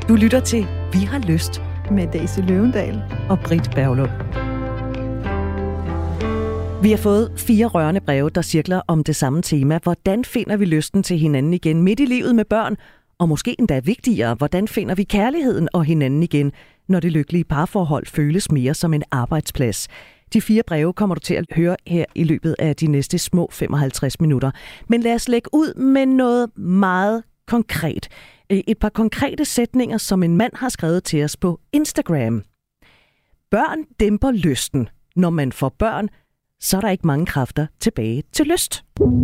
Du lytter til Vi har lyst med Daisy Løvendal og Britt Berglund. Vi har fået 4 rørende breve, der cirkler om det samme tema. Hvordan finder vi lysten til hinanden igen midt i livet med børn? Og måske endda vigtigere, hvordan finder vi kærligheden og hinanden igen, når det lykkelige parforhold føles mere som en arbejdsplads? De 4 breve kommer du til at høre her i løbet af de næste små 55 minutter. Men lad os lægge ud med noget meget konkret. Et par konkrete sætninger, som en mand har skrevet til os på Instagram. Børn dæmper lysten. Når man får børn, så er der ikke mange kræfter tilbage til lyst.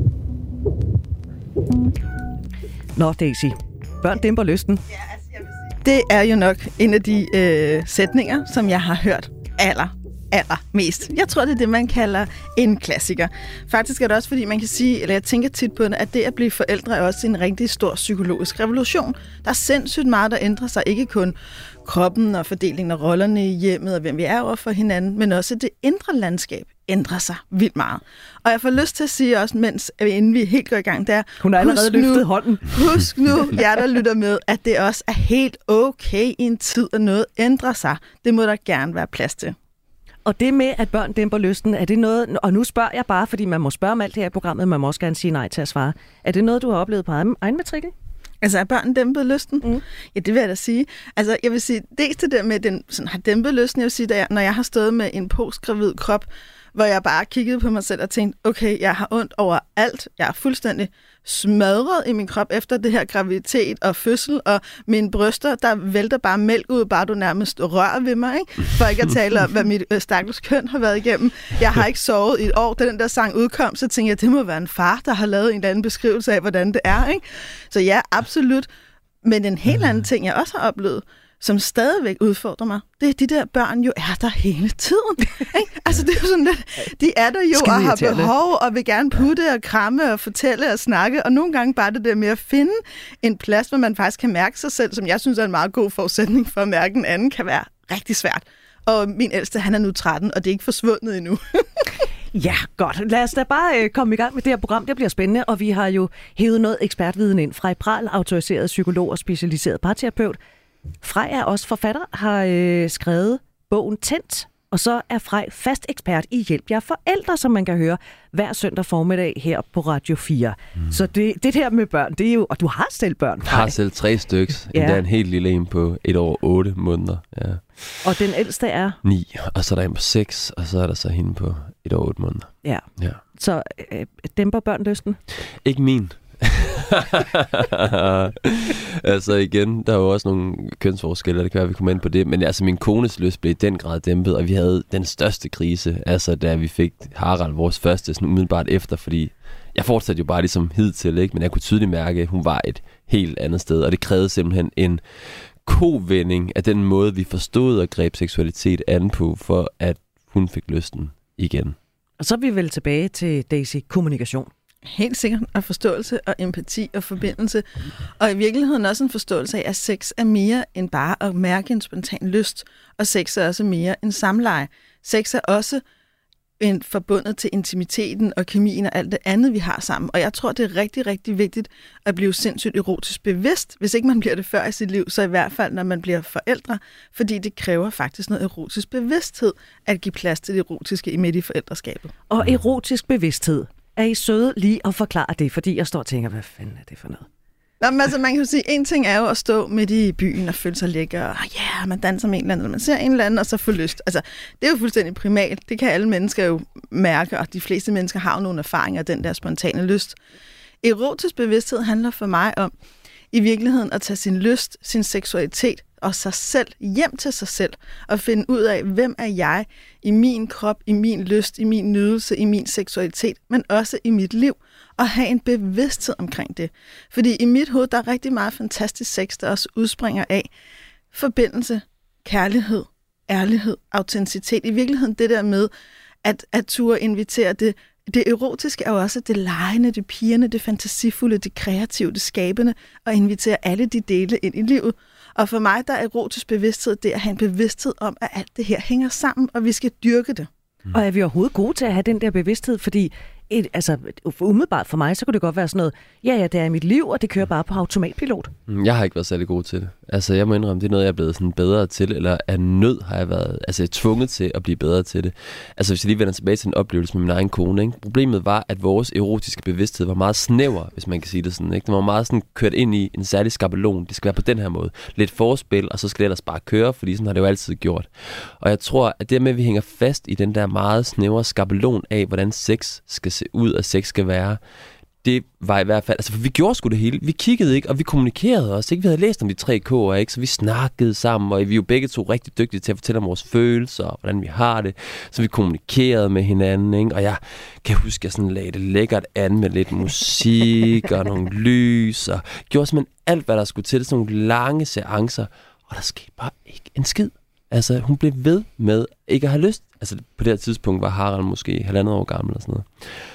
Nå, Daisy. Børn dæmper lysten. Ja, altså, jeg vil sige, det er jo nok en af de sætninger, som jeg har hørt allermest. Jeg tror, det er det, man kalder en klassiker. Faktisk er det også, fordi man kan sige, eller jeg tænker tit på det, at det at blive forældre er også en rigtig stor psykologisk revolution. Der er sindssygt meget, der ændrer sig. Ikke kun kroppen og fordelingen af rollerne i hjemmet og hvem vi er over for hinanden, men også det indre landskab ændrer sig vildt meget. Og jeg får lyst til at sige også, inden vi helt går i gang, der hun har allerede løftet hånden. Husk nu, jer der lytter med, at det også er helt okay i en tid, at noget ændrer sig. Det må der gerne være plads til. Og det med, at børn dæmper lysten, er det noget, og nu spørger jeg bare, fordi man må spørge om alt det her i programmet, man må også gerne sige nej til at svare. Er det noget, du har oplevet på egen matrikel? Altså, er børn dæmpet lysten? Mm. Ja, det vil jeg da sige. Altså, jeg vil sige, dels det der med, at den sådan har dæmpet lysten, jeg vil sige, når jeg har stået med en postgravid krop, hvor jeg bare kiggede på mig selv og tænkte, okay, jeg har ondt over alt. Jeg er fuldstændig smadret i min krop efter det her graviditet og fødsel, og mine bryster, der vælter bare mælk ud, bare du nærmest rører ved mig, ikke? For ikke at tale om, hvad mit stakkels køn har været igennem. Jeg har ikke sovet i et år. Da den der sang udkom, så tænkte jeg, det må være en far, der har lavet en eller anden beskrivelse af, hvordan det er, ikke? Så ja, absolut. Men en helt anden ting, jeg også har oplevet, som stadigvæk udfordrer mig, det er, de der børn jo er der hele tiden. Ikke? Altså, det er jo sådan lidt, de er der jo og har behov, og vil gerne putte og kramme og fortælle og snakke, og nogle gange bare det der med at finde en plads, hvor man faktisk kan mærke sig selv, som jeg synes er en meget god forudsætning for at mærke en anden, kan være rigtig svært. Og min ældste, han er nu 13, og det er ikke forsvundet endnu. Ja, godt. Lad os da bare komme i gang med det her program. Det bliver spændende, og vi har jo hævet noget ekspertviden ind fra Pral, autoriseret psykolog og specialiseret parterapeut. Frej er også forfatter, har skrevet bogen Tændt, og så er Frej fast ekspert i Hjælp jer forældre, som man kan høre hver søndag formiddag her på Radio 4. Så det der med børn, det er jo... Og du har selv børn, Frej. Jeg har selv 3 styks. Ja. Endda en helt lille en på 1 år 8 måneder. Ja. Og den ældste er? 9, og så er der en på 6, og så er der så hende på 1 år 8 måneder. Ja. Så dæmper børn lysten? Ikke min. Altså igen, der er jo også nogle kønsforskelle, det kan være, vi kommer ind på det, men altså min kones lyst blev i den grad dæmpet, og vi havde den største krise, altså da vi fik Harald, vores første, sådan umiddelbart efter, fordi jeg fortsatte jo bare ligesom hidtil, ikke? Men jeg kunne tydeligt mærke, at hun var et helt andet sted, og det krævede simpelthen en kovending af den måde, vi forstod og greb seksualitet an på, for at hun fik lysten igen. Og så er vi vel tilbage til Daisy, kommunikation. Helt sikkert, og forståelse og empati og forbindelse. Og i virkeligheden også en forståelse af, at sex er mere end bare at mærke en spontan lyst. Og sex er også mere end samleje. Sex er også forbundet til intimiteten og kemien og alt det andet, vi har sammen. Og jeg tror, det er rigtig, rigtig vigtigt at blive sindssygt erotisk bevidst. Hvis ikke man bliver det før i sit liv, så i hvert fald, når man bliver forældre. Fordi det kræver faktisk noget erotisk bevidsthed at give plads til det erotiske midt i forældreskabet. Og erotisk bevidsthed. Er I søde lige at forklare det? Fordi jeg står og tænker, hvad fanden er det for noget? Nå, men altså, man kan jo sige, en ting er jo at stå midt i byen og føle sig lækker, og man danser med en eller anden, eller man ser en eller anden, og så får lyst. Altså, det er jo fuldstændig primalt. Det kan alle mennesker jo mærke, og de fleste mennesker har jo nogle erfaringer af den der spontane lyst. Erotisk bevidsthed handler for mig om, i virkeligheden at tage sin lyst, sin seksualitet og sig selv hjem til sig selv, og finde ud af, hvem er jeg i min krop, i min lyst, i min nydelse, i min seksualitet, men også i mit liv, og have en bevidsthed omkring det. Fordi i mit hoved, der er rigtig meget fantastisk sex, der også udspringer af forbindelse, kærlighed, ærlighed, autenticitet. I virkeligheden det der med, at turde invitere det. Det erotiske er jo også det legende, det pigerne, det fantasifulde, det kreative, det skabende, og invitere alle de dele ind i livet. Og for mig, der er erotisk bevidsthed, det at have en bevidsthed om, at alt det her hænger sammen, og vi skal dyrke det. Og er vi overhovedet gode til at have den der bevidsthed? Fordi umiddelbart for mig, så kunne det godt være sådan noget, ja, det er mit liv, og det kører bare på automatpilot. Jeg har ikke været særlig god til det. Altså, jeg må indrømme, det er noget, jeg er blevet sådan bedre til, eller af nød har jeg været tvunget til at blive bedre til det. Altså, hvis jeg lige vender tilbage til en oplevelse med min egen kone, ikke? Problemet var, at vores erotiske bevidsthed var meget snæver, hvis man kan sige det sådan, ikke? Den var meget sådan kørt ind i en særlig skabelon. Det skal være på den her måde. Lidt forspil, og så skal det ellers bare køre, fordi sådan har det jo altid gjort. Og jeg tror, at det med, at vi hænger fast i den der meget snævre skabelon af, hvordan sex skal se ud, og sex skal være, det var i hvert fald, altså for vi gjorde sgu det hele. Vi kiggede ikke, og vi kommunikerede også, ikke? Vi havde læst om de 3 K'er, ikke? Så vi snakkede sammen, og vi er jo begge to rigtig dygtige til at fortælle om vores følelser, og hvordan vi har det. Så vi kommunikerede med hinanden, ikke? Og jeg kan huske, at jeg sådan lagde det lækkert an med lidt musik og nogle lys, og gjorde simpelthen alt, hvad der skulle til. Sådan nogle lange seancer, og der skete bare ikke en skid. Altså, hun blev ved med ikke at have lyst. Altså, på det her tidspunkt var Harald måske 1,5 år gammel og sådan noget.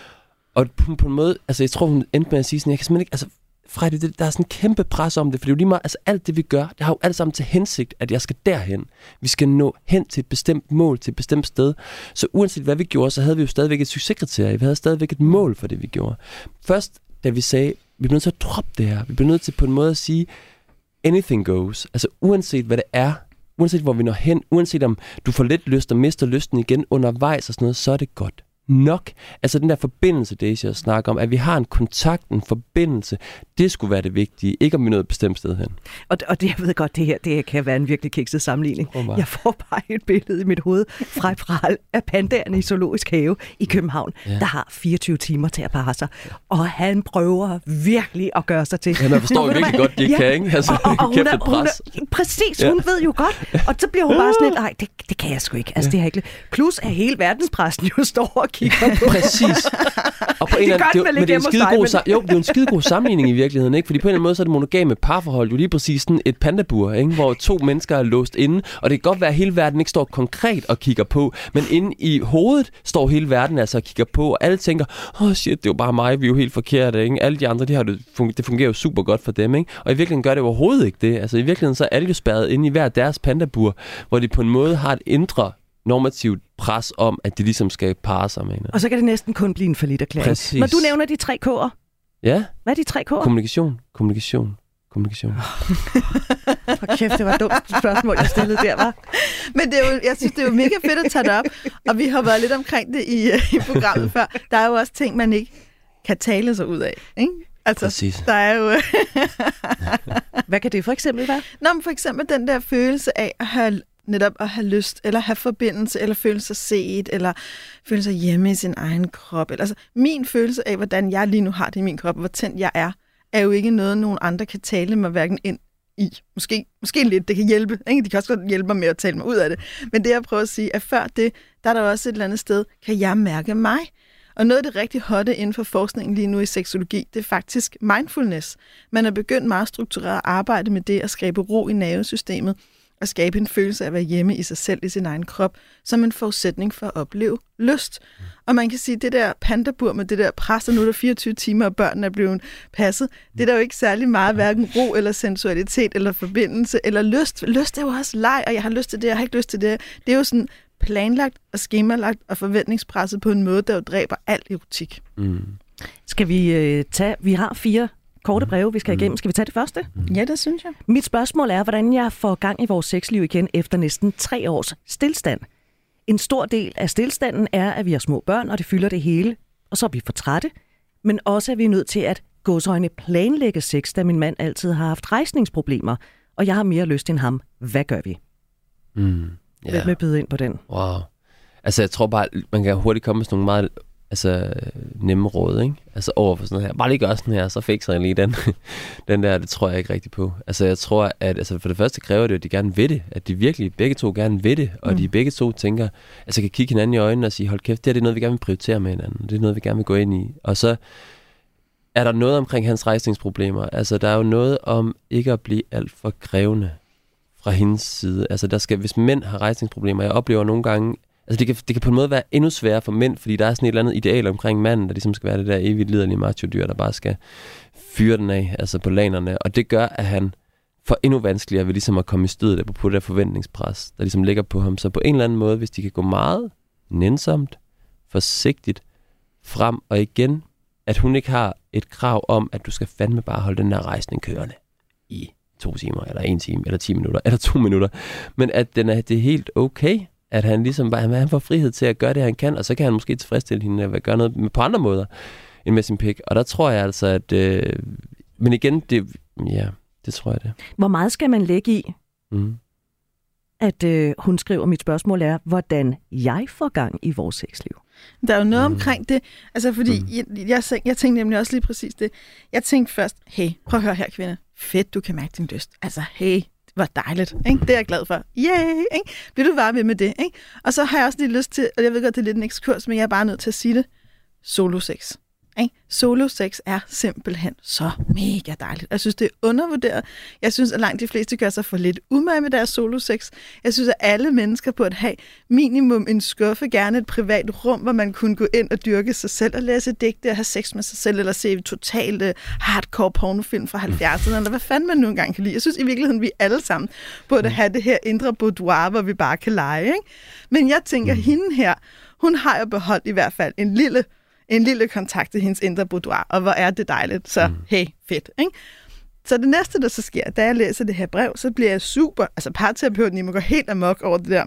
Og på en måde, altså jeg tror, hun endte med at sige sådan, jeg kan simpelthen ikke, altså Freddy, der er sådan en kæmpe pres om det, for det er jo lige meget, altså alt det vi gør, det har jo alt sammen til hensigt, at jeg skal derhen. Vi skal nå hen til et bestemt mål, til et bestemt sted. Så uanset hvad vi gjorde, så havde vi jo stadigvæk et succeskriterie. Vi havde stadigvæk et mål for det, vi gjorde. Først, da vi sagde, vi bliver nødt til at droppe det her. Vi bliver nødt til på en måde at sige, anything goes. Altså uanset hvad det er, uanset hvor vi når hen, uanset om du får lidt lyst og mister lysten igen undervejs og sådan noget, så er det godt nok. Altså den der forbindelse, Daisy snakker om, at vi har en kontakt, en forbindelse, det skulle være det vigtige, ikke om vi nåede et bestemt sted hen. Og det, jeg ved godt, det her det kan være en virkelig kikset sammenligning. Jeg får bare et billede i mit hoved fra et pral af pandaerne i Zoologisk Have i København, der har 24 timer til at parre sig. Og han prøver virkelig at gøre sig til. Ja, man forstår virkelig godt, de kan, ikke? Altså, og hun præcis, hun ved jo godt. Og så bliver hun bare sådan lidt, nej, det kan jeg sgu ikke. Altså, det har ikke. Plus at hele verdenspressen jo står og kigger på. Præcis. Og på en eller anden, det er en skidegod sammenligning i virkeligheden, ikke? Fordi på en eller anden måde så er det monogame parforhold jo lige præcis sådan et pandabur, ikke? Hvor 2 mennesker er låst inde, og det kan godt være, at hele verden ikke står konkret og kigger på, men inde i hovedet står hele verden altså og kigger på, og alle tænker, shit, det er jo bare mig, vi er jo helt forkerte, ikke? Alle de andre, det fungerer jo super godt for dem, ikke? Og i virkeligheden gør det overhovedet ikke det. Altså i virkeligheden så er alle jo spærret inde i hver deres pandabur, hvor de på en måde har et indre normativt pres om, at de ligesom skal parre sig med hinanden. Og så kan det næsten kun blive en falliterklæring. Præcis. Når du nævner de 3 K'er. Ja. Hvad er de 3 K'er? Kommunikation. For kæft, det var et dumt spørgsmål, jeg stillede der, var. Men det er jo, jeg synes, det er jo mega fedt at tage det op. Og vi har været lidt omkring det i programmet før. Der er jo også ting, man ikke kan tale sig ud af, ikke? Altså, præcis. Der er jo... Hvad kan det for eksempel være? Nå, men for eksempel den der følelse af at have netop at have lyst, eller have forbindelse, eller føle sig set, eller føle sig hjemme i sin egen krop. Altså, min følelse af, hvordan jeg lige nu har det i min krop, hvor tændt jeg er jo ikke noget, nogen andre kan tale mig hverken ind i. Måske lidt, det kan hjælpe. Ikke? De kan også godt hjælpe mig med at tale mig ud af det. Men det, jeg prøver at sige, er før det, der er der også et eller andet sted, kan jeg mærke mig. Og noget af det rigtig hotte inden for forskningen lige nu i seksologi, det er faktisk mindfulness. Man er begyndt meget struktureret at arbejde med det, at skabe ro i nervesystemet, at skabe en følelse af at være hjemme i sig selv, i sin egen krop, som en forudsætning for at opleve lyst. Og man kan sige, at det der pandabur med det der pres, og nu er der 24 timer, og børnene er blevet passet, det er der jo ikke særlig meget, hverken ro eller sensualitet, eller forbindelse, eller lyst. Lyst er jo også leg, og jeg har lyst til det, jeg har ikke lyst til det. Det er jo sådan planlagt og skemalagt og forventningspresset på en måde, der jo dræber al erotik. Skal vi tage... Vi har 4 korte breve, vi skal igennem. Skal vi tage det første? Ja, det synes jeg. Mit spørgsmål er, hvordan jeg får gang i vores sexliv igen efter næsten 3 års stillstand. En stor del af stillstanden er, at vi har små børn, og det fylder det hele, og så er vi for trætte. Men også er vi nødt til at gåseøjne planlægge sex, da min mand altid har haft rejsningsproblemer, og jeg har mere lyst end ham. Hvad gør vi? Hvem vil byde ind på den? Wow. Altså, jeg tror bare, man kan hurtigt komme med sådan nogle meget nemme råd, ikke? Altså over for sådan noget her. Bare lige gør sådan her, så fikser jeg lige den der, det tror jeg ikke rigtig på. Altså, jeg tror, at for det første kræver det, at de gerne vil det. At de virkelig begge to gerne vil det. Og de begge to tænker, altså kan kigge hinanden i øjnene og sige, hold kæft, det er noget, vi gerne vil prioritere med hinanden. Det er noget, vi gerne vil gå ind i. Og så er der noget omkring hans rejsningsproblemer. Altså, der er jo noget om ikke at blive alt for krævende fra hendes side. Altså, hvis mænd har rejsningsproblemer, jeg oplever nogle gange, altså det kan på en måde være endnu sværere for mænd, fordi der er sådan et eller andet ideal omkring manden, der ligesom skal være det der evigt liderlige macho-dyr, der bare skal fyre den af, altså på lanerne. Og det gør, at han får endnu vanskeligere ved ligesom at komme i stødet på det der forventningspres, der ligesom ligger på ham. Så på en eller anden måde, hvis de kan gå meget nænsomt, forsigtigt frem, og igen, at hun ikke har et krav om, at du skal fandme bare holde den der rejsning kørende i 2 timer, eller 1 time, eller 10 minutter, eller 2 minutter. Men at det er helt okay, at han ligesom bare han får frihed til at gøre det, han kan, og så kan han måske tilfredsstille hende at gøre noget på andre måder, end med sin pik. Og der tror jeg altså, at... men igen, det tror jeg det. Hvor meget skal man lægge i, at hun skriver, mit spørgsmål er, hvordan jeg får gang i vores sexliv? Der er jo noget omkring det, altså fordi jeg tænkte nemlig også lige præcis det. Jeg tænkte først, hey, prøv at høre her, kvinde. Fedt, du kan mærke din lyst. Altså, hey, hvor dejligt. Ikke? Det er jeg glad for. Yay! Ikke? Bliver du bare ved med det? Ikke? Og så har jeg også lige lyst til, og jeg ved godt, det er lidt en ekskurs, men jeg er bare nødt til at sige det, solo-sex. Ikke? Solo-sex er simpelthen så mega dejligt. Jeg synes, det er undervurderet. Jeg synes, at langt de fleste gør sig for lidt umage med deres solo-sex. Jeg synes, at alle mennesker burde have minimum en skuffe, gerne et privat rum, hvor man kunne gå ind og dyrke sig selv og læse digte og have sex med sig selv, eller se totalt hardcore pornofilm fra 70'erne, eller hvad fanden man nu engang kan lide. Jeg synes i virkeligheden, vi alle sammen burde have det her indre boudoir, hvor vi bare kan lege. Ikke? Men jeg tænker, hende her, hun har jo beholdt i hvert fald en lille kontakt til hendes indre boudoir, og hvor er det dejligt. Så hey, fedt, ikke? Så det næste, der så sker, da jeg læser det her brev, så bliver jeg super, altså parterapeuten, I må gå helt amok over det der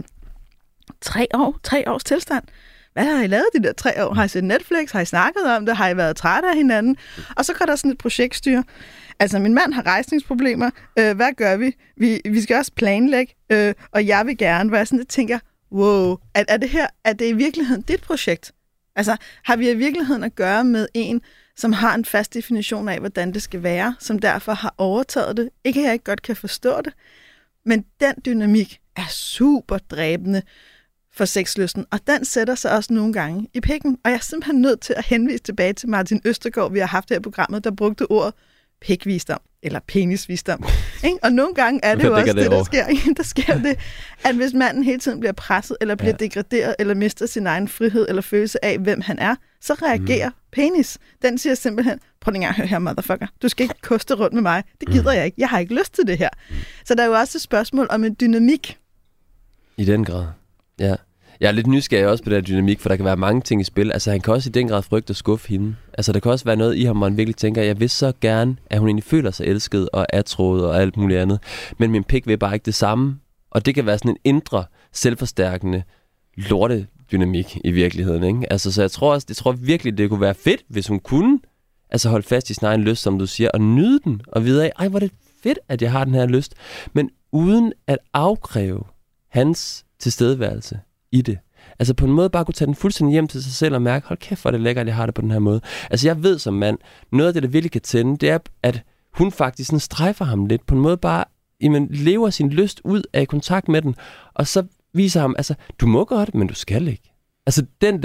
3 års tilstand. Hvad har I lavet de der 3 år? Har I set Netflix? Har I snakket om det? Har I været trætte af hinanden? Og så går der sådan et projektstyre. Altså, min mand har rejsningsproblemer. Hvad gør vi? Vi skal også planlægge, og jeg vil gerne, hvor jeg sådan lidt tænker, wow, er det i virkeligheden dit projekt? Altså, har vi i virkeligheden at gøre med en, som har en fast definition af, hvordan det skal være, som derfor har overtaget det? Ikke at jeg ikke godt kan forstå det, men den dynamik er super dræbende for sexlysten, og den sætter sig også nogle gange i pikken. Og jeg er simpelthen nødt til at henvise tilbage til Martin Østergaard, vi har haft her i programmet, der brugte ordet pikvisdom, eller penisvisdom. Og nogle gange er det jo også det, der sker. Der sker det, at hvis manden hele tiden bliver presset, eller bliver degraderet, eller mister sin egen frihed, eller følelse af, hvem han er, så reagerer penis. Den siger simpelthen, prøv lige at høre her, motherfucker. Du skal ikke koste rundt med mig. Det gider jeg ikke. Jeg har ikke lyst til det her. Så der er jo også et spørgsmål om en dynamik. I den grad, ja. Jeg er lidt nysgerrig også på den dynamik, for der kan være mange ting i spil. Altså, han kan også i den grad frygte at skuffe hende. Altså, der kan også være noget i ham, hvor han virkelig tænker, jeg vil så gerne, at hun egentlig føler sig elsket og atrådet og alt muligt andet. Men min pik vil bare ikke det samme. Og det kan være sådan en indre, selvforstærkende lortedynamik i virkeligheden, ikke? Altså, så jeg tror virkelig, det kunne være fedt, hvis hun kunne altså holde fast i sin egen lyst, som du siger, og nyde den, og vide af, ej, hvor er det fedt, at jeg har den her lyst. Men uden at afkræve hans tilstedeværelse i det. Altså på en måde bare kunne tage den fuldstændig hjem til sig selv og mærke, hold kæft, hvor er det lækkert, at jeg har det på den her måde. Altså jeg ved som mand, noget af det, der virkelig kan tænde, det er, at hun faktisk sådan strejfer ham lidt. På en måde bare, lever sin lyst ud af kontakt med den, og så viser ham, altså, du må godt, men du skal ikke. Altså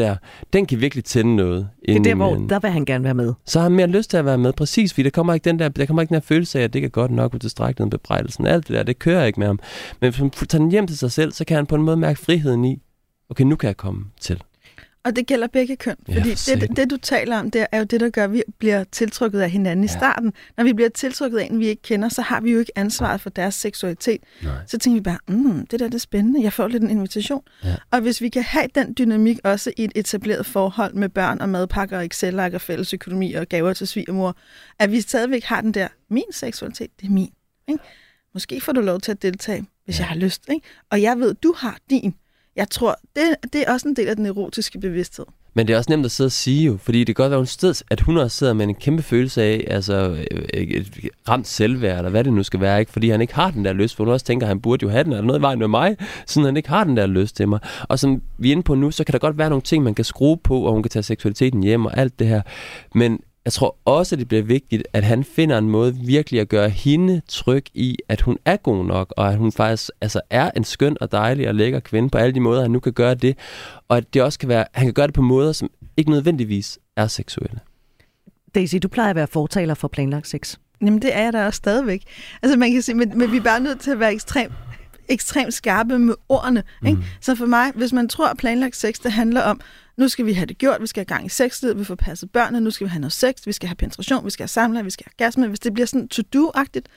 den kan virkelig tænde noget. Det er der, hvor der vil han gerne være med. Så har han mere lyst til at være med, præcis, fordi der kommer ikke den der følelse af, at det kan godt nok utilstrækkeligt med bebrejdelsen. Alt det der, det kører ikke med ham. Men hvis han tager den hjem til sig selv, så kan han på en måde mærke friheden i, okay, nu kan jeg komme til. Og det gælder begge køn, fordi det du taler om, det er jo det, der gør, at vi bliver tiltrukket af hinanden i starten. Når vi bliver tiltrukket af en, vi ikke kender, så har vi jo ikke ansvaret for deres seksualitet. Nej. Så tænker vi bare, det der er spændende, jeg får lidt en invitation. Ja. Og hvis vi kan have den dynamik også i et etableret forhold med børn og madpakker og Excel-ark og fælles økonomi og gaver til svigermor, at vi stadigvæk har den der, min seksualitet, det er min. Ikke? Måske får du lov til at deltage, hvis jeg har lyst. Ikke? Og jeg ved, du har din. Jeg tror, det er også en del af den erotiske bevidsthed. Men det er også nemt at sidde og sige jo, fordi det kan godt være en sted, at hun også sidder med en kæmpe følelse af, altså et ramt selvværd, eller hvad det nu skal være, ikke? Fordi han ikke har den der lyst, for hun også tænker, at han burde jo have den, eller noget i vejen med mig, siden han ikke har den der lyst til mig. Og som vi er inde på nu, så kan der godt være nogle ting, man kan skrue på, og hun kan tage seksualiteten hjem og alt det her. Men jeg tror også, at det bliver vigtigt, at han finder en måde virkelig at gøre hende tryg i, at hun er god nok, og at hun faktisk altså er en skøn og dejlig og lækker kvinde på alle de måder, han nu kan gøre det. Og at det også kan være, han kan gøre det på måder, som ikke nødvendigvis er seksuelle. Daisy, du plejer at være fortaler for planlagt sex. Jamen, det er jeg da også stadigvæk. Altså, man kan sige, men vi er bare nødt til at være ekstremt skarpe med ordene. Ikke? Så for mig, hvis man tror, at planlagt sex, det handler om, nu skal vi have det gjort, vi skal have gang i sexlivet, vi får passet børnene, nu skal vi have noget sex, vi skal have penetration, vi skal have samleje, vi skal have orgasme. Hvis det bliver sådan to-do-agtigt,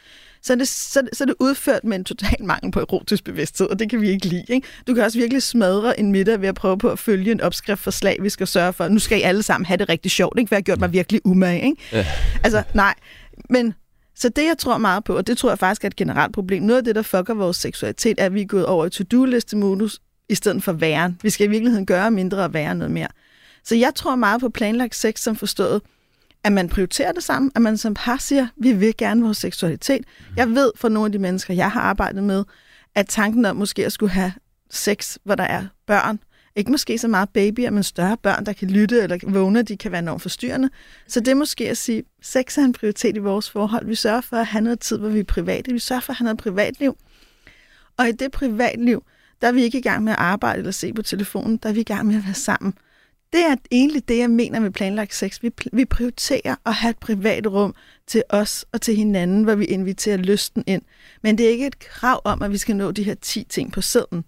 så er det udført med en total mangel på erotisk bevidsthed, og det kan vi ikke lide. Ikke? Du kan også virkelig smadre en middag ved at prøve på at følge en opskrift for slag, vi skal sørge for. Nu skal I alle sammen have det rigtig sjovt, ikke? For jeg har gjort mig virkelig umage. Ikke? Ja. Altså, nej. Men så det, jeg tror meget på, og det tror jeg faktisk er et generelt problem, noget af det, der fucker vores seksualitet, er, at vi er gået over i to-do-liste-modus i stedet for væren. Vi skal i virkeligheden gøre mindre og være noget mere. Så jeg tror meget på planlagt sex som forstået, at man prioriterer det sammen, at man som par siger, vi vil gerne vores seksualitet. Jeg ved fra nogle af de mennesker, jeg har arbejdet med, at tanken om måske at skulle have sex, hvor der er børn, ikke måske så meget babyer, men større børn, der kan lytte eller vågne, de kan være enormt forstyrrende. Så det er måske at sige, sex er en prioritet i vores forhold. Vi sørger for at have noget tid, hvor vi er private. Vi sørger for at have noget privatliv. Og i det privatliv, der er vi ikke i gang med at arbejde eller se på telefonen, der er vi i gang med at være sammen. Det er egentlig det, jeg mener med planlagt sex. Vi prioriterer at have et privat rum til os og til hinanden, hvor vi inviterer lysten ind. Men det er ikke et krav om, at vi skal nå de her 10 ting på sedlen.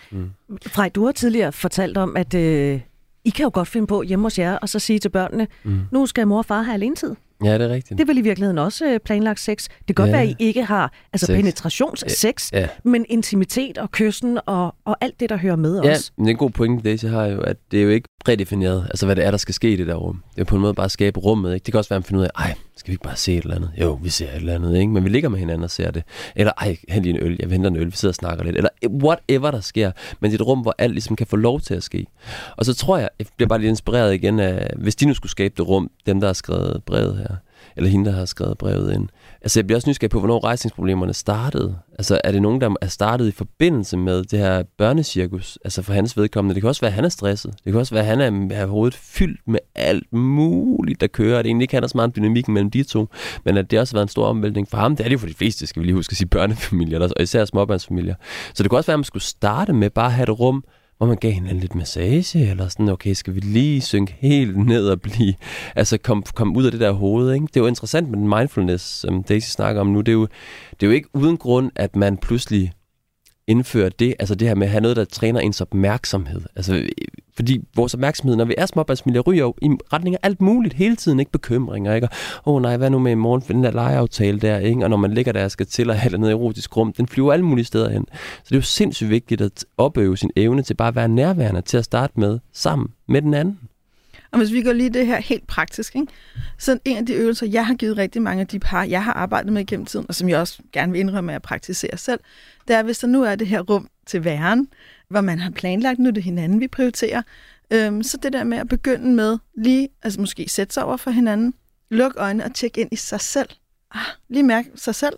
Frej, du har tidligere fortalt om, at I kan jo godt finde på hjemme hos jer, og så sige til børnene, nu skal mor og far have alenetid. Ja, det er rigtigt. Det er vel i virkeligheden også planlagt sex. Det kan godt være, at I ikke har penetrationssex, men intimitet og kyssen og alt det, der hører med også. Ja, men det er en god pointe, Daisy har jo, at det er jo ikke prædefineret, altså hvad det er, der skal ske i det der rum. Det er på en måde bare at skabe rummet, ikke? Det kan også være, at man finder ud af, skal vi ikke bare se et eller andet? Jo, vi ser et eller andet, ikke? Men vi ligger med hinanden og ser det. Eller, hent lige en øl, jeg henter en øl, vi sidder og snakker lidt. Eller whatever der sker, men det er et rum, hvor alt ligesom kan få lov til at ske. Og så tror jeg bliver bare lidt inspireret igen af, hvis de nu skulle skabe det rum, dem der har skrevet brevet her, eller hende, der har skrevet brevet ind. Altså, jeg bliver også nysgerrig på, hvornår rejsningsproblemerne startede. Altså, er det nogen, der er startet i forbindelse med det her børnecirkus? Altså, for hans vedkommende. Det kan også være, at han er stresset. Det kan også være, at han er hovedet fyldt med alt muligt, der kører. Det egentlig ikke handler så meget om dynamikken mellem de to, men at det også har været en stor omvæltning for ham. Det er det jo for de fleste, skal vi lige huske at sige, børnefamilier, og især småbørnsfamilier. Så det kan også være, at man skulle starte med bare at have et rum, hvor man gav hinanden lidt massage, eller sådan, okay, skal vi lige synke helt ned og blive, altså komme ud af det der hoved, ikke? Det er jo interessant med den mindfulness, som Daisy snakker om nu, det er jo ikke uden grund, at man pludselig indfører det, altså det her med at have noget, der træner ens opmærksomhed. Altså, fordi vores opmærksomhed, når vi er småbørnsfamilier, ryger jo i retning af alt muligt, hele tiden, ikke bekymringer, ikke? Og nej, hvad nu med i morgen for den der legeaftale der, ikke? Og når man ligger der og skal til at have noget erotisk rum, den flyver alle mulige steder hen. Så det er jo sindssygt vigtigt at opøve sin evne til bare at være nærværende, til at starte med sammen med den anden. Og hvis vi går lige det her helt praktisk, ikke? Så en af de øvelser, jeg har givet rigtig mange af de par, jeg har arbejdet med gennem tiden, og som jeg også gerne vil indrømme at praktisere selv, det er, hvis der nu er det her rum til væren, hvor man har planlagt, nu det hinanden, vi prioriterer, så det der med at begynde med lige, altså måske sætte sig over for hinanden, lukke øjnene og tjekke ind i sig selv. Lige mærke sig selv.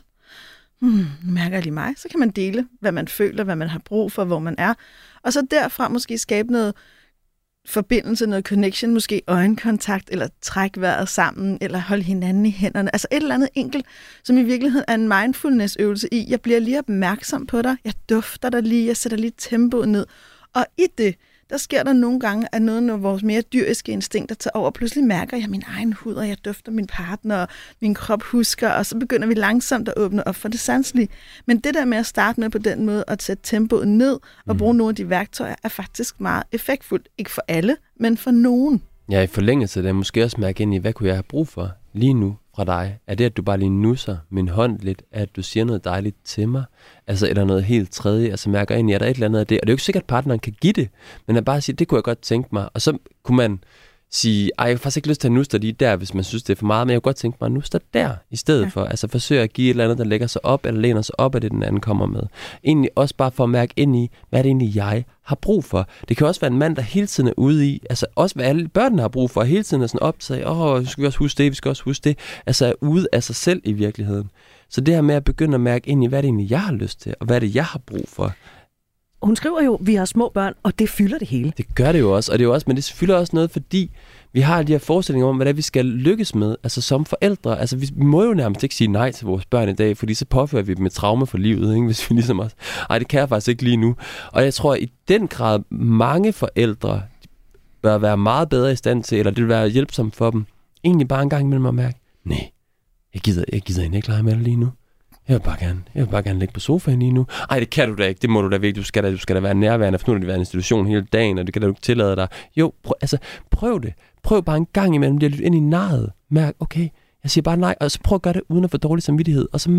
Mærker jeg lige mig? Så kan man dele, hvad man føler, hvad man har brug for, hvor man er. Og så derfra måske skabe noget forbindelse, noget connection, måske øjenkontakt, eller træk vejret sammen, eller holde hinanden i hænderne. Altså et eller andet enkelt, som i virkeligheden er en mindfulness-øvelse i. Jeg bliver lige opmærksom på dig, jeg dufter dig lige, jeg sætter lige tempoet ned. Og i det, der sker der nogle gange, at noget af vores mere dyriske instinkter tager over. Pludselig mærker jeg min egen hud, og jeg dufter min partner, og min krop husker, og så begynder vi langsomt at åbne op for det sanselige. Men det der med at starte med på den måde, at sætte tempoet ned, og bruge nogle af de værktøjer, er faktisk meget effektfuldt. Ikke for alle, men for nogen. Ja, i forlængelse af det, måske også mærke ind i, hvad kunne jeg have brug for lige nu fra dig? Er det, at du bare lige nusser min hånd lidt? At du siger noget dejligt til mig? Altså, eller noget helt tredje? Altså, mærker ind i, er der et eller andet af det? Og det er jo ikke sikkert, at partneren kan give det, men at bare sige, det kunne jeg godt tænke mig. Og så kunne man sige, jeg har faktisk ikke lyst til at nusse dig lige der, hvis man synes, det er for meget, men jeg kunne godt tænke mig at nusse dig der i stedet for. Altså, forsøge at give et eller andet, der lægger sig op, eller læner sig op af det, den anden kommer med. Egentlig også bare for at mærke ind i, hvad det egentlig jeg har brug for. Det kan også være en mand, der hele tiden er ude i, altså også hvad alle børnene har brug for, hele tiden er sådan optaget, skal vi også huske det, vi skal også huske det, altså er ude af sig selv i virkeligheden. Så det her med at begynde at mærke ind i, hvad det egentlig jeg har lyst til, og hvad det jeg har brug for. Hun skriver jo, vi har små børn, og det fylder det hele. Det gør det jo også, og det er jo også, men det fylder også noget, fordi vi har de her forestillinger om, hvad det er, vi skal lykkes med, altså som forældre. Altså vi må jo nærmest ikke sige nej til vores børn i dag, fordi så påfører vi dem et traume for livet, ikke? Hvis vi ligesom også, det kan jeg faktisk ikke lige nu. Og jeg tror, at i den grad mange forældre bør være meget bedre i stand til, eller det vil være hjælpsomt for dem, egentlig bare en gang imellem at mærke, nej, jeg gider egentlig ikke lege med dig lige nu. Jeg vil bare gerne ligge på sofaen lige nu. Det kan du da ikke. Det må du da virkelig. Du skal da være nærværende, for nu har det været en institution hele dagen, og det kan da du ikke tillade dig. Jo, prøv det. Prøv bare en gang imellem lige at lytte ind i naret. Mærk, okay, jeg siger bare nej, og så prøv at gøre det uden at få dårlig samvittighed. Og så mærk,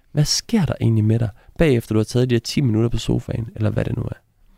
hvad sker der egentlig med dig, bagefter du har taget de her 10 minutter på sofaen, eller hvad det nu er?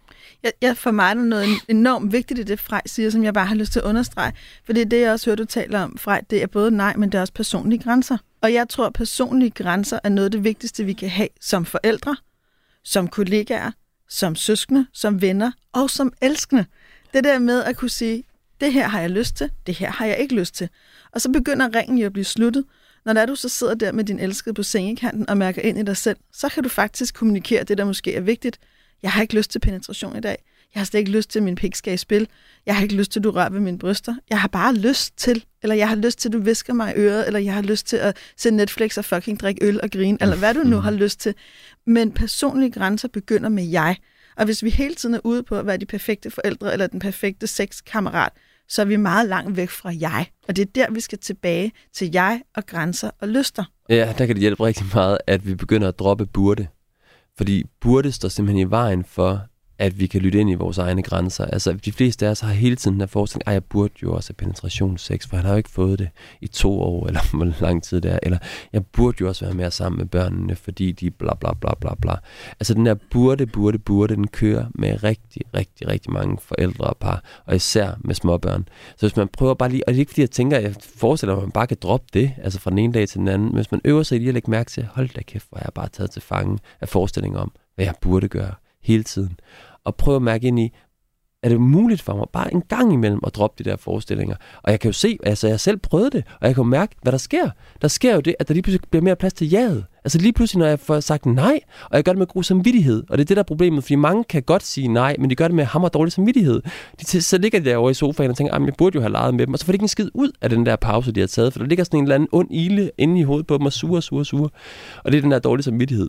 For mig er der noget enormt vigtigt i det, Frej siger, som jeg bare har lyst til at understrege. For det er det, jeg også hører, du taler om, Frej. Det er både nej, men det er også personlige grænser. Og jeg tror, at personlige grænser er noget af det vigtigste, vi kan have som forældre, som kollegaer, som søskende, som venner og som elskende. Det der med at kunne sige, det her har jeg lyst til, det her har jeg ikke lyst til. Og så begynder ringen jo at blive sluttet. Når der du så sidder der med din elskede på sengekanten og mærker ind i dig selv, så kan du faktisk kommunikere det, der måske er vigtigt. Jeg har ikke lyst til penetration i dag. Jeg har slet ikke lyst til, at min pik skal i spil. Jeg har ikke lyst til, at du rører ved mine bryster. Jeg har bare lyst til, eller jeg har lyst til, at du visker mig i øret, eller jeg har lyst til at se Netflix og fucking drikke øl og grine, eller hvad du nu har lyst til. Men personlige grænser begynder med jeg. Og hvis vi hele tiden er ude på at være de perfekte forældre, eller den perfekte sexkammerat, så er vi meget langt væk fra jeg. Og det er der, vi skal tilbage til jeg og grænser og lyster. Ja, der kan det hjælpe rigtig meget, at vi begynder at droppe burde. Fordi burde står simpelthen i vejen for, at vi kan lytte ind i vores egne grænser. Altså, de fleste af os har hele tiden den her forestilling, jeg burde jo også have penetrationssex, for han har jo ikke fået det i 2 år, eller hvor lang tid det er. Eller, jeg burde jo også være mere sammen med børnene, fordi de bla bla bla bla bla. Altså, den der burde, den kører med rigtig mange forældre og par, og især med småbørn. Så hvis man prøver bare lige, og det er ikke fordi, jeg forestiller mig, at man bare kan droppe det, altså fra den ene dag til den anden, men hvis man øver sig i lige at lægge mærke til, hold da kæft, hvor jeg bare taget til fange af forestillinger om, hvad jeg burde gøre hele tiden. Og prøve at mærke ind i, er det muligt for mig bare en gang imellem at droppe de der forestillinger? Og jeg kan jo se, altså jeg har selv prøvet det, og jeg kan jo mærke, hvad der sker. Der sker jo det, at der lige pludselig bliver mere plads til jaget. Altså lige pludselig, når jeg får sagt nej, og jeg gør det med god samvittighed, og det er det, der er problemet, fordi mange kan godt sige nej, men de gør det med hammer dårlig samvittighed. Så ligger de derovre i sofaen og tænker, jeg burde jo have leget med dem, og så får de ikke en skid ud af den der pause, de har taget, for der ligger sådan en eller anden ond ile inde i hovedet på dem, og sure. Og det er den der dårlige samvittighed.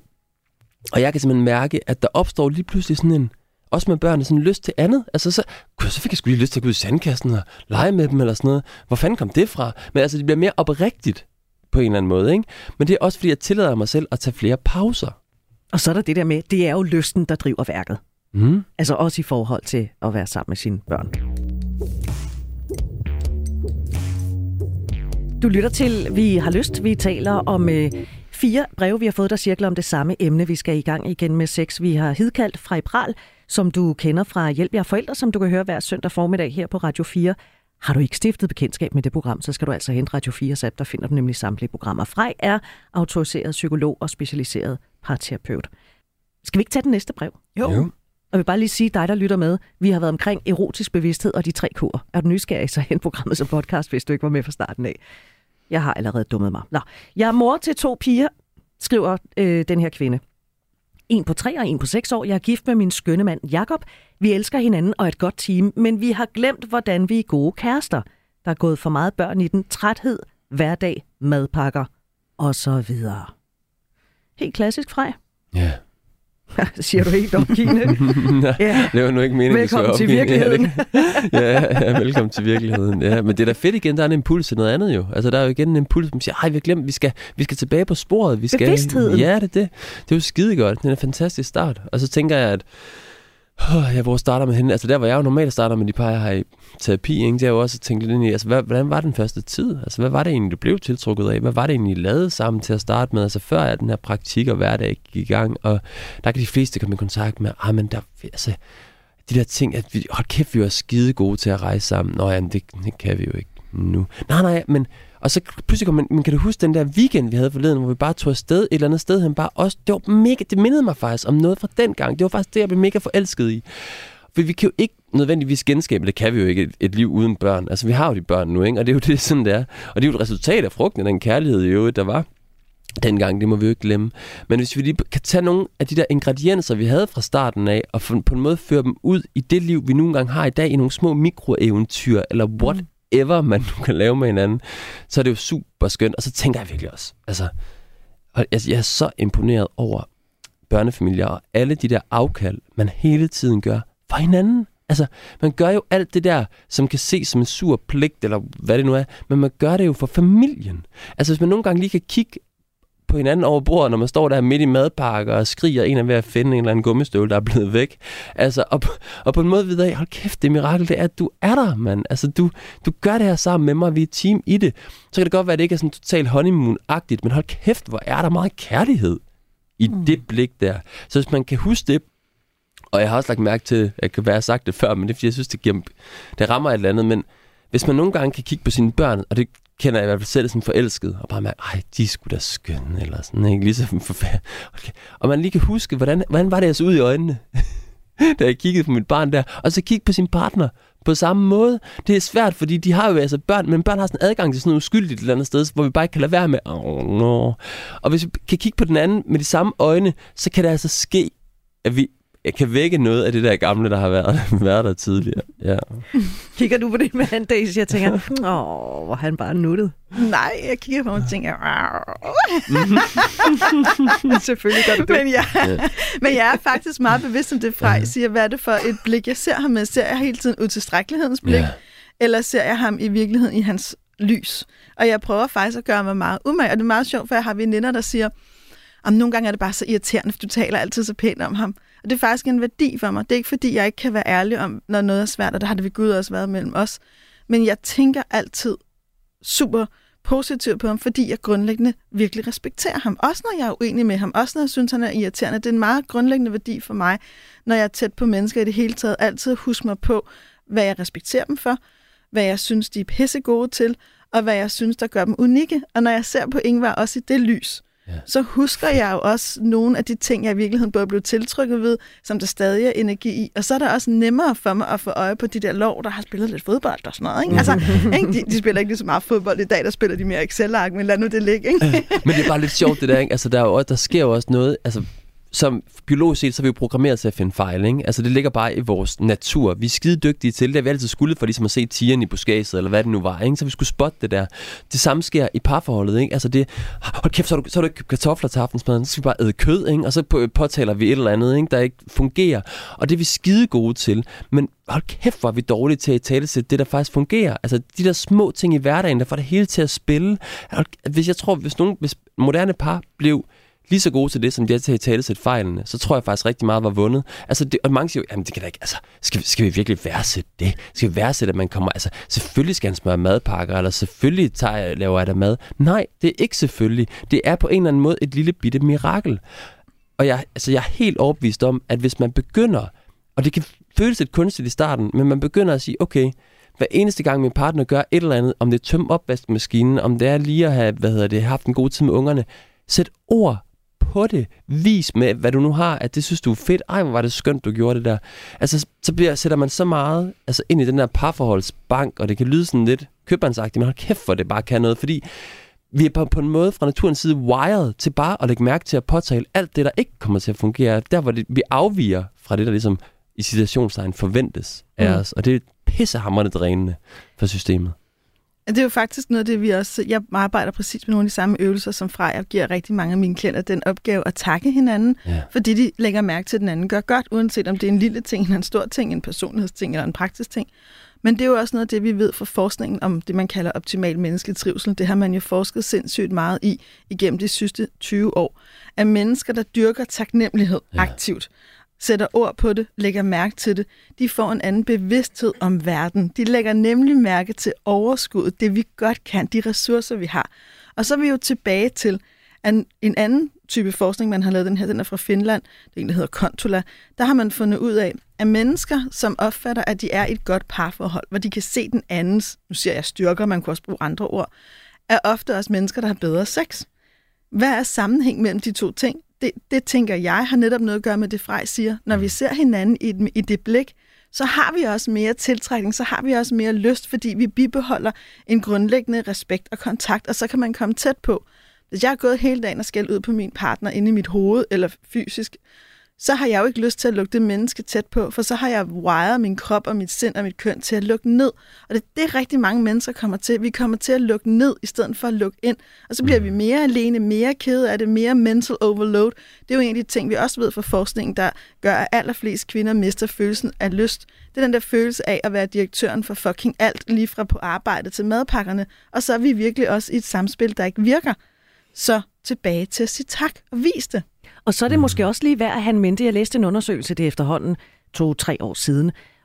Og jeg kan simpelthen mærke, at der opstår lige pludselig sådan en, også med børnene, sådan en lyst til andet. Altså så fik jeg sgu lige lyst til at gå ud i sandkassen og lege med dem eller sådan noget. Hvor fanden kom det fra? Men altså, det bliver mere oprigtigt på en eller anden måde, ikke? Men det er også, fordi jeg tillader mig selv at tage flere pauser. Og så er der det der med, det er jo lysten, der driver værket. Mm. Altså også i forhold til at være sammen med sine børn. Du lytter til Vi har lyst. Vi taler om 4 breve, vi har fået, der cirkler om det samme emne. Vi skal i gang igen med 6. Vi har hidkaldt Frej Pral, som du kender fra Hjælp jer forældre, som du kan høre hver søndag formiddag her på Radio 4. Har du ikke stiftet bekendtskab med det program, så skal du altså hente Radio 4's app. Der finder du nemlig samtlige programmer. Frej er autoriseret psykolog og specialiseret parterapeut. Skal vi ikke tage den næste brev? Jo. Og jeg vil bare lige sige dig, der lytter med. Vi har været omkring erotisk bevidsthed og de 3 K'er. Er du nysgerrig, så hent programmet som podcast, hvis du ikke var med fra starten af. Jeg har allerede dummet mig. Nå, jeg er mor til 2 piger, skriver den her kvinde. En på 3 og en på 6 år. Jeg er gift med min skønne mand Jakob. Vi elsker hinanden og et godt team, men vi har glemt, hvordan vi er gode kærester. Der er gået for meget børn i den. Træthed, hverdag, madpakker og så videre. Helt klassisk, Frej. Ja. Det siger du helt opgivende. Ja. Det var nu ikke meningen, velkommen til virkeligheden. Ja, velkommen til virkeligheden. Ja, men det er da fedt igen, der er en impuls til noget andet jo. Altså der er jo igen en impuls, som siger, vi har glemt, vi skal tilbage på sporet. Bevidstheden. Ja, det er det. Det er jo skidegodt. Det er en fantastisk start. Og så tænker jeg, at hvor starter med hende? Altså der, hvor jeg jo normalt starter med de par, jeg har i terapi, ikke? Det er jo også at tænke lidt ind i, altså hvordan var den første tid? Altså hvad var det egentlig, du blev tiltrukket af? Hvad var det egentlig, I lavede sammen til at starte med? Altså før at den her praktik og hverdag gik i gang, og der kan de fleste komme i kontakt med, men der, altså de der ting, at vi, hold kæft, vi var skide gode til at rejse sammen. Nå ja, det kan vi jo ikke nu. Nej, men og så pludselig kom man kan du huske den der weekend, vi havde forleden, hvor vi bare tog afsted et eller andet sted hen, bare også, det var mega, det mindede mig faktisk om noget fra den gang. Det var faktisk det, jeg blev mega forelsket i. For vi kan jo ikke nødvendigvis genskabe, det kan vi jo ikke, et liv uden børn. Altså vi har jo de børn nu, ikke? Og det er jo det, sådan det er. Og det er jo et resultat af frugten af den kærlighed i øvrigt, der var dengang, det må vi jo ikke glemme. Men hvis vi lige kan tage nogle af de der ingredienser, vi havde fra starten af, og på en måde føre dem ud i det liv, vi nogle gange har i dag, i nogle små mikroeventyr, eller whatever man nu kan lave med hinanden, så er det jo super skønt. Og så tænker jeg virkelig også, altså jeg er så imponeret over børnefamilier og alle de der afkald, man hele tiden gør for hinanden. Altså, man gør jo alt det der, som kan ses som en sur pligt, eller hvad det nu er, men man gør det jo for familien. Altså, hvis man nogle gange lige kan kigge på hinanden over bordet, når man står der midt i madpakker og skriger, en er ved at finde en eller anden gummistøvle, der er blevet væk. Altså, og på en måde videre, hold kæft, det mirakel, det er, at du er der, mand. Altså, du gør det her sammen med mig, vi er et team i det. Så kan det godt være, at det ikke er sådan totalt honeymoon-agtigt, men hold kæft, hvor er der meget kærlighed i det blik der. Så hvis man kan huske det, og jeg har også lagt mærke til, jeg kan være sagt det før, men det er fordi, jeg synes, det rammer et eller andet, men hvis man nogle gange kan kigge på sine børn, og det kender jeg i hvert fald selv som forelsket, og bare mærke, de er sgu da skønne, eller sådan, ikke? Ligesom okay. Og man lige kan huske, hvordan var det, jeg så ud i øjnene, da jeg kiggede på mit barn der, og så kigge på sin partner på samme måde. Det er svært, fordi de har jo altså børn, men børn har sådan adgang til sådan noget uskyldigt et eller andet sted, hvor vi bare ikke kan lade være med, Og hvis vi kan kigge på den anden med de samme øjne, så kan det altså ske, at jeg kan vække noget af det der gamle, der har været der tidligere. Ja. Kigger du på det med han, Daisy? Jeg tænker, hvor han bare nuttet. Nej, jeg kigger på ham og tænker, selvfølgelig gør du det. Men jeg er faktisk meget bevidst om det, Frej siger, hvad er det for et blik, jeg ser ham med? Ser jeg hele tiden utilstrækkelighedens blik, eller ser jeg ham i virkeligheden i hans lys? Og jeg prøver faktisk at gøre mig meget umage, og det er meget sjovt, for jeg har veninder, der siger, nogle gange er det bare så irriterende, for du taler altid så pænt om ham. Og det er faktisk en værdi for mig. Det er ikke, fordi jeg ikke kan være ærlig om, når noget er svært, og der har det ved Gud også været mellem os. Men jeg tænker altid super positivt på ham, fordi jeg grundlæggende virkelig respekterer ham. Også når jeg er uenig med ham, også når jeg synes, han er irriterende. Det er en meget grundlæggende værdi for mig, når jeg er tæt på mennesker i det hele taget. Altid huske mig på, hvad jeg respekterer dem for, hvad jeg synes, de er pissegode til, og hvad jeg synes, der gør dem unikke. Og når jeg ser på Ingvar også i det lys, så husker jeg jo også nogle af de ting, jeg i virkeligheden både blev tiltrykket ved, som der stadig er energi i. Og så er det også nemmere for mig at få øje på de der lov, der har spillet lidt fodbold og sådan noget. Ikke? Altså, ikke? De spiller ikke lige så meget fodbold i dag, der spiller de mere Excel-ark, men lad nu det ligge. Ikke? Men det er bare lidt sjovt det der, ikke? Altså, der sker jo også noget, altså som biologisk set, så er vi jo programmeret til at finde fejl, ikke? Altså, det ligger bare i vores natur. Vi er skide dygtige til det. Det har vi altid skulle for ligesom at se tigeren i buskadset, eller hvad det nu var, ikke? Så vi skulle spotte det der. Det samme sker i parforholdet, ikke? Altså, det, hold kæft, så har du ikke købt kartofler til aftensmaden, så skal vi bare æde kød, ikke? Og så påtaler vi et eller andet, ikke? Der ikke fungerer. Og det er vi skide gode til. Men hold kæft, hvor er vi dårlige til at italesætte det, der faktisk fungerer. Altså, de der små ting i hverdagen, der får det hele til at spille. Hvis moderne par blev lige så gode til det, som de er til at italesætte fejlene, så tror jeg faktisk rigtig meget var vundet. Altså, og mange siger jo, jamen det kan da ikke, altså, skal vi virkelig værdsætte det? Skal vi værdsætte, at man kommer, altså, selvfølgelig skal han smøre madpakker, eller selvfølgelig laver jeg der mad. Nej, det er ikke selvfølgelig. Det er på en eller anden måde et lille bitte mirakel. Og jeg er helt overbevist om, at hvis man begynder, og det kan føles lidt kunstigt i starten, men man begynder at sige, okay, hver eneste gang min partner gør et eller andet, om det er tømme opvaskemaskinen, om det er lige at have, haft en god tid med ungerne, sæt ord på det. Vis med, hvad du nu har, at det synes du er fedt. Ej, hvor var det skønt, du gjorde det der. Altså, sætter man så meget ind i den der parforholdsbank, og det kan lyde sådan lidt købmandsagtigt, men hold kæft for det bare kan noget, fordi vi er på en måde fra naturens side wired til bare at lægge mærke til at påtale alt det, der ikke kommer til at fungere. Der, hvor vi afviger fra det, der ligesom i situationstegn forventes af os. Og det er pissehamrende drænende for systemet. Det er jo faktisk noget af det, jeg arbejder præcis med nogle af de samme øvelser, som Frej, og giver rigtig mange af mine klienter den opgave at takke hinanden, fordi de lægger mærke til, at den anden gør godt, uanset om det er en lille ting, en stor ting, en personlighedsting eller en praktisk ting. Men det er jo også noget af det, vi ved fra forskningen om det, man kalder optimal menneskelig trivsel. Det har man jo forsket sindssygt meget i igennem de sidste 20 år. At mennesker, der dyrker taknemmelighed aktivt, sætter ord på det, lægger mærke til det, de får en anden bevidsthed om verden. De lægger nemlig mærke til overskuddet, det vi godt kan, de ressourcer, vi har. Og så er vi jo tilbage til en anden type forskning, man har lavet, den er fra Finland, det er en, der hedder Kontula. Der har man fundet ud af, at mennesker, som opfatter, at de er i et godt parforhold, hvor de kan se den andens, nu siger jeg styrker, man kunne også bruge andre ord, er ofte også mennesker, der har bedre sex. Hvad er sammenhæng mellem de to ting? Det tænker jeg har netop noget at gøre med det, Frej siger. Når vi ser hinanden i det blik, så har vi også mere tiltrækning, så har vi også mere lyst, fordi vi bibeholder en grundlæggende respekt og kontakt, og så kan man komme tæt på. Hvis jeg har gået hele dagen og skældt ud på min partner inde i mit hoved, eller fysisk, så har jeg jo ikke lyst til at lukke det menneske tæt på, for så har jeg wired min krop og mit sind og mit køn til at lukke ned. Og det rigtig mange mennesker kommer til. Vi kommer til at lukke ned, i stedet for at lukke ind. Og så bliver vi mere alene, mere kede af det, mere mental overload. Det er jo en af de ting, vi også ved fra forskningen, der gør, at allerflest kvinder mister følelsen af lyst. Det er den der følelse af at være direktøren for fucking alt, lige fra på arbejde til madpakkerne. Og så er vi virkelig også i et samspil, der ikke virker. Så tilbage til at sige tak og vise det. Og så er det måske også lige værd at have en mente. Jeg læste en undersøgelse, det efterhånden 2-3 år siden,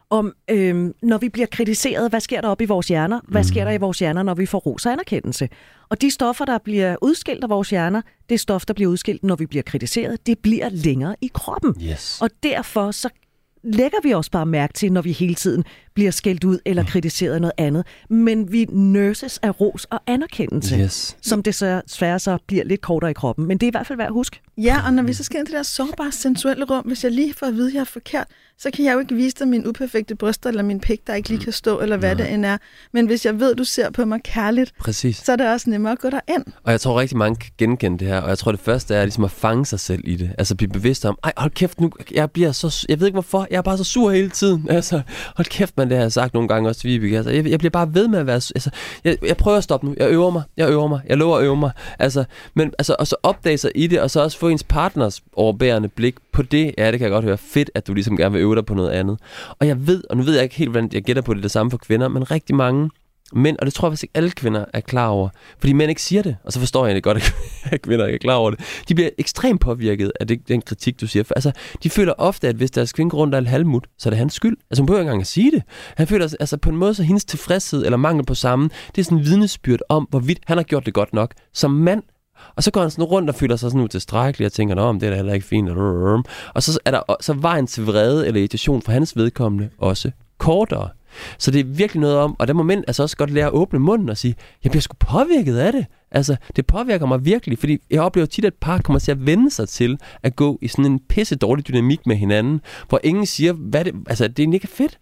om, når vi bliver kritiseret, hvad sker der op i vores hjerner? Hvad sker der i vores hjerner, når vi får ros og anerkendelse? Og de stoffer, der bliver udskilt af vores hjerner, det stof, der bliver udskilt, når vi bliver kritiseret, det bliver længere i kroppen. Yes. Og derfor så lægger vi også bare mærke til, når vi hele tiden bliver skældt ud eller kritiseret af noget andet. Men vi nurses af ros og anerkendelse, som desværre så bliver lidt kortere i kroppen. Men det er i hvert fald værd at huske. Ja, og når vi så skal ind til det der sårbare, sensuelle rum, hvis jeg lige får at vide, at jeg er forkert, så kan jeg jo ikke vise dig mine uperfekte bryster, eller min pik, der ikke lige kan stå, eller hvad det end er. Men hvis jeg ved, at du ser på mig kærligt, så er det også nemmere at gå derind. Og jeg tror rigtig mange kan genkende det her, og jeg tror det første er ligesom at fange sig selv i det. Altså blive bevidst om, hold kæft nu, jeg ved ikke hvorfor, jeg er bare så sur hele tiden. Altså, hold kæft man, det har jeg sagt nogle gange også til Vibeke. Altså, jeg bliver bare ved med at være, altså, jeg prøver at stoppe nu, jeg øver mig, jeg lover at øve mig. Altså, men altså, og så opdage sig i det, og så også få ens partners overbærende blik på det. Ja, det kan jeg godt høre fedt, at du ligesom gerne vil øve dig på noget andet. Og jeg ved, og nu ved jeg ikke helt, hvordan jeg gætter på det samme for kvinder, men rigtig mange mænd, og det tror jeg faktisk ikke alle kvinder er klar over, fordi mænd ikke siger det, og så forstår jeg det godt, at kvinder ikke er klar over det. De bliver ekstremt påvirket af den kritik, du siger. For, altså, de føler ofte, at hvis deres kvinde går rundt og er halvmut, så er det hans skyld. Altså, hun behøver ikke engang at sige det. Han føler, altså på en måde, så hendes tilfredshed eller mangel på samme, det er sådan en vidnesbyrd om, hvorvidt han har gjort det godt nok som mand. Og så går han sådan rundt og føler sig sådan utilstrækkelig og tænker, det er da heller ikke fint. Og så er der så vejen til vrede eller irritation for hans vedkommende også kortere. Så det er virkelig noget om, og der må mænd altså også godt lære at åbne munden og sige, jeg bliver sgu påvirket af det. Altså, det påvirker mig virkelig, fordi jeg oplever tit, at et par kommer til at vende sig til at gå i sådan en pisse dårlig dynamik med hinanden, hvor ingen siger, hvad det, altså, det er ikke fedt.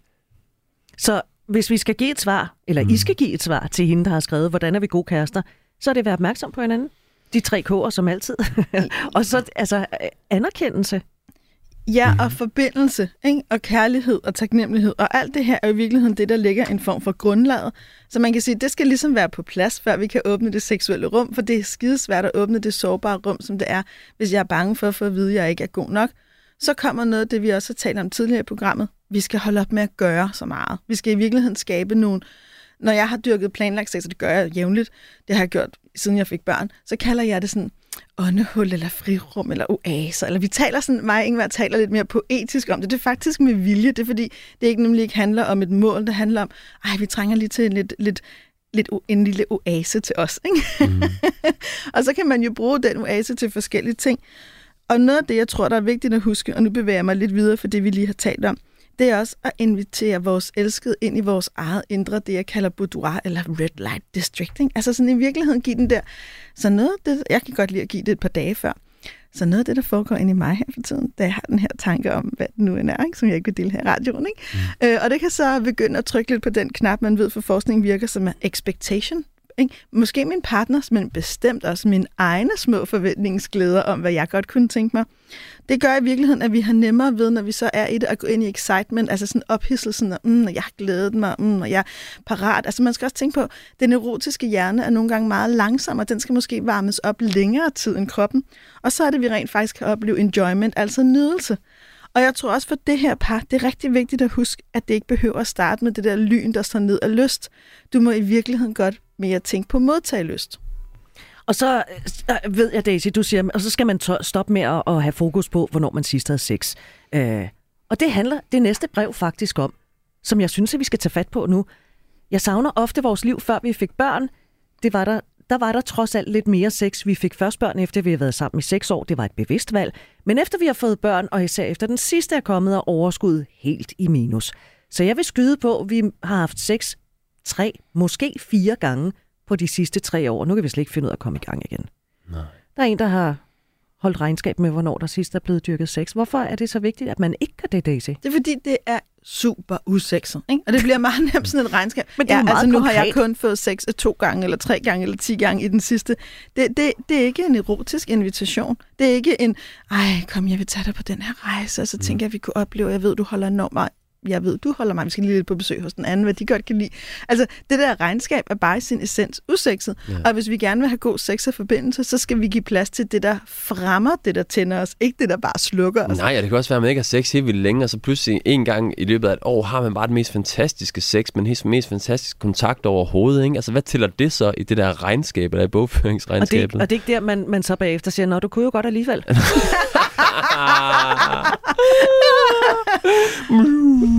Så hvis vi skal give et svar, eller I skal give et svar til hende, der har skrevet, hvordan er vi gode kærester, så er det at være opmærksom på hinanden. De 3 K'er som altid. Og så altså anerkendelse. Ja, og forbindelse, ikke? Og kærlighed og taknemmelighed. Og alt det her er i virkeligheden det, der ligger en form for grundlaget. Så man kan sige, at det skal ligesom være på plads, før vi kan åbne det seksuelle rum, for det er skidesvært at åbne det sårbare rum, som det er, hvis jeg er bange for at få at vide, at jeg ikke er god nok. Så kommer noget af det, vi også har talt om tidligere i programmet. Vi skal holde op med at gøre så meget. Vi skal i virkeligheden skabe nogle... Når jeg har dyrket planlagt sex, og det gør jeg jævnligt, det har jeg gjort siden jeg fik børn, så kalder jeg det sådan åndehul eller frirum eller oaser. Eller vi taler sådan, mig og Ingvar taler lidt mere poetisk om det. Det er faktisk med vilje. Det er fordi, det ikke nemlig ikke handler om et mål. Det handler om, vi trænger lige til en lille oase til os. Ikke? Og så kan man jo bruge den oase til forskellige ting. Og noget af det, jeg tror, der er vigtigt at huske, og nu bevæger jeg mig lidt videre for det, vi lige har talt om, det er også at invitere vores elskede ind i vores eget indre, det jeg kalder boudoir eller red light district. Ikke? Altså sådan i virkeligheden give den der, så noget af det, jeg kan godt lide at give det et par dage før, så noget af det, der foregår inde i mig her for tiden, da jeg har den her tanke om, hvad det nu end er, ikke? Som jeg ikke vil dele her i radioen. Ikke? Og det kan så begynde at trykke lidt på den knap, man ved for forskning virker, som er expectation. Ikke? Måske min partners, men bestemt også mine egne små forventningsglæder om, hvad jeg godt kunne tænke mig. Det gør i virkeligheden, at vi har nemmere ved, når vi så er i det, at gå ind i excitement, altså sådan ophidselsen, og jeg har glædet mig, og jeg er parat. Altså man skal også tænke på, at den erotiske hjerne er nogle gange meget langsom, og den skal måske varmes op længere tid end kroppen. Og så er det, vi rent faktisk kan opleve enjoyment, altså nydelse. Og jeg tror også for det her par, det er rigtig vigtigt at huske, at det ikke behøver at starte med det der lyn, der står ned af lyst. Du må i virkeligheden godt mere tænke på modtagelyst. Og så ved jeg, Daisy, du siger, og så skal man stoppe med at have fokus på, hvornår man sidst havde sex. Og det handler det næste brev faktisk om, som jeg synes, at vi skal tage fat på nu. Jeg savner ofte vores liv, før vi fik børn. Der var der trods alt lidt mere sex. Vi fik først børn, efter vi har været sammen i 6 år. Det var et bevidst valg. Men efter vi har fået børn, og især efter den sidste er kommet, er overskuddet helt i minus. Så jeg vil skyde på, at vi har haft sex 3, måske 4 gange på de sidste 3 år. Nu kan vi slet ikke finde ud af at komme i gang igen. Nej. Der er en, der har holdt regnskab med, hvornår der sidst er blevet dyrket sex. Hvorfor er det så vigtigt, at man ikke kan det, Daisy? Det er fordi, det er super usexet, ikke? Og det bliver meget nemt sådan et regnskab. Men det er meget nu konkret. har jeg kun fået sex 2 gange, eller 3 gange, eller 10 gange i den sidste. Det er ikke en erotisk invitation. Det er ikke en, kom, jeg vil tage dig på den her rejse, og så tænker jeg, at vi kunne opleve, jeg ved, du holder enormt meget. Jeg ved, du holder mig, vi skal lige lidt på besøg hos den anden, hvad de godt kan lide. Altså, det der regnskab er bare i sin essens usexet. Ja. Og hvis vi gerne vil have god sex og forbindelse, så skal vi give plads til det, der fremmer det, der tænder os. Ikke det, der bare slukker os. Nej, det kan også være, at man ikke har sex helt vildt længe, og så pludselig en gang i løbet af et år har man bare det mest fantastiske sex, men den mest fantastiske kontakt overhovedet. Ikke? Altså, hvad tæller det så i det der regnskab, eller i bogføringsregnskabet? Og det er ikke der, man så bagefter siger, nå, du kunne jo godt alligevel. Ja.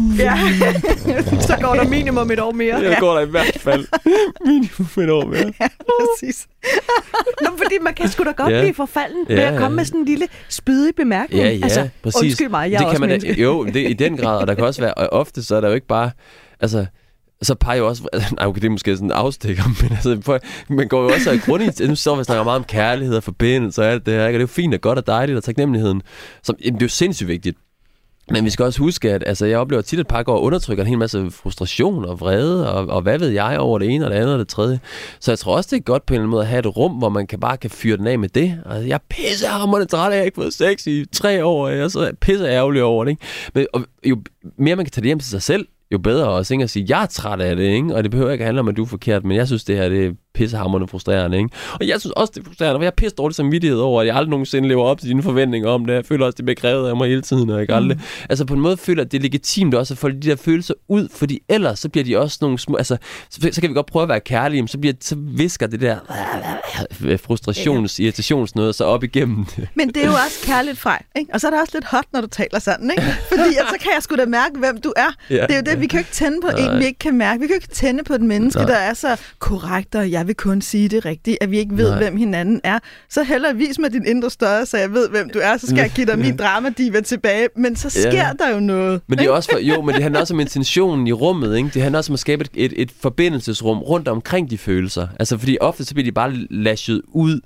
Så går der minimum et år mere. Ja, går der i hvert fald minimum et år mere. Ja, præcis. Nå, fordi man kan sgu da godt blive forfalden med at komme med sådan en lille spydig bemærkning. Ja, altså, præcis. Undskyld mig, jeg det er kan også man menneske. Jo, det i den grad, og der kan også være, og ofte så er der jo ikke bare, altså, så peger jo også, nej, okay, det er måske sådan en afstikker, men altså, man går jo også i grund i, nu står vi snakker meget om kærlighed og forbindelse og alt det her, ikke? Og det er jo fint og godt og dejligt, og taknemmeligheden, som, det er jo sindssygt vigtigt. Men vi skal også huske, at altså, jeg oplever tit, at par går og undertrykker en hel masse frustration og vrede, og hvad ved jeg over det ene og det andet og det tredje. Så jeg tror også, det er godt på en eller anden måde at have et rum, hvor man bare kan fyre den af med det. Altså, jeg er pissehamrende træt af, at jeg ikke har fået sex i 3 år, og jeg er så pisseærgerlig over det. Ikke? Men jo mere man kan tage det hjem til sig selv, jo bedre også, ikke? At sige, jeg er træt af det, ikke? Og det behøver ikke handle om, at du er forkert, men jeg synes, det her det er pissehamrende frustrerende, ikke? Og jeg synes også, det er frustrerende, for jeg er pisse dårlig samvittighed over, at jeg aldrig nogensinde lever op til dine forventninger om det. Jeg føler også, det bliver krævet af mig hele tiden, og ikke aldrig. Altså på en måde føler jeg, at det er legitimt også at få de der følelser ud, fordi ellers så bliver de også nogle små, altså så kan vi godt prøve at være kærlige, men så visker det der frustrations, irritations noget så op igennem det. Men det er jo også kærligt fra, ikke? Og så er det også lidt hot, når du taler sådan, ikke? Fordi så kan jeg sgu da mærke, hvem du er. Ja, det er jo det, vi kan jo ikke tænde på en, vi ikke kan mærke. Vi kan jo ikke tænde på et menneske, der er så korrekt, og jeg vil kun sige det rigtigt, at vi ikke ved, hvem hinanden er. Så hellere vis mig din indre større, så jeg ved, hvem du er, så skal jeg give dig min dramadiva tilbage. Men så sker der jo noget. Men det er også men det handler også om intentionen i rummet, ikke? Det handler også om at skabe et forbindelsesrum rundt omkring de følelser. Altså, fordi ofte så bliver de bare lashet ud,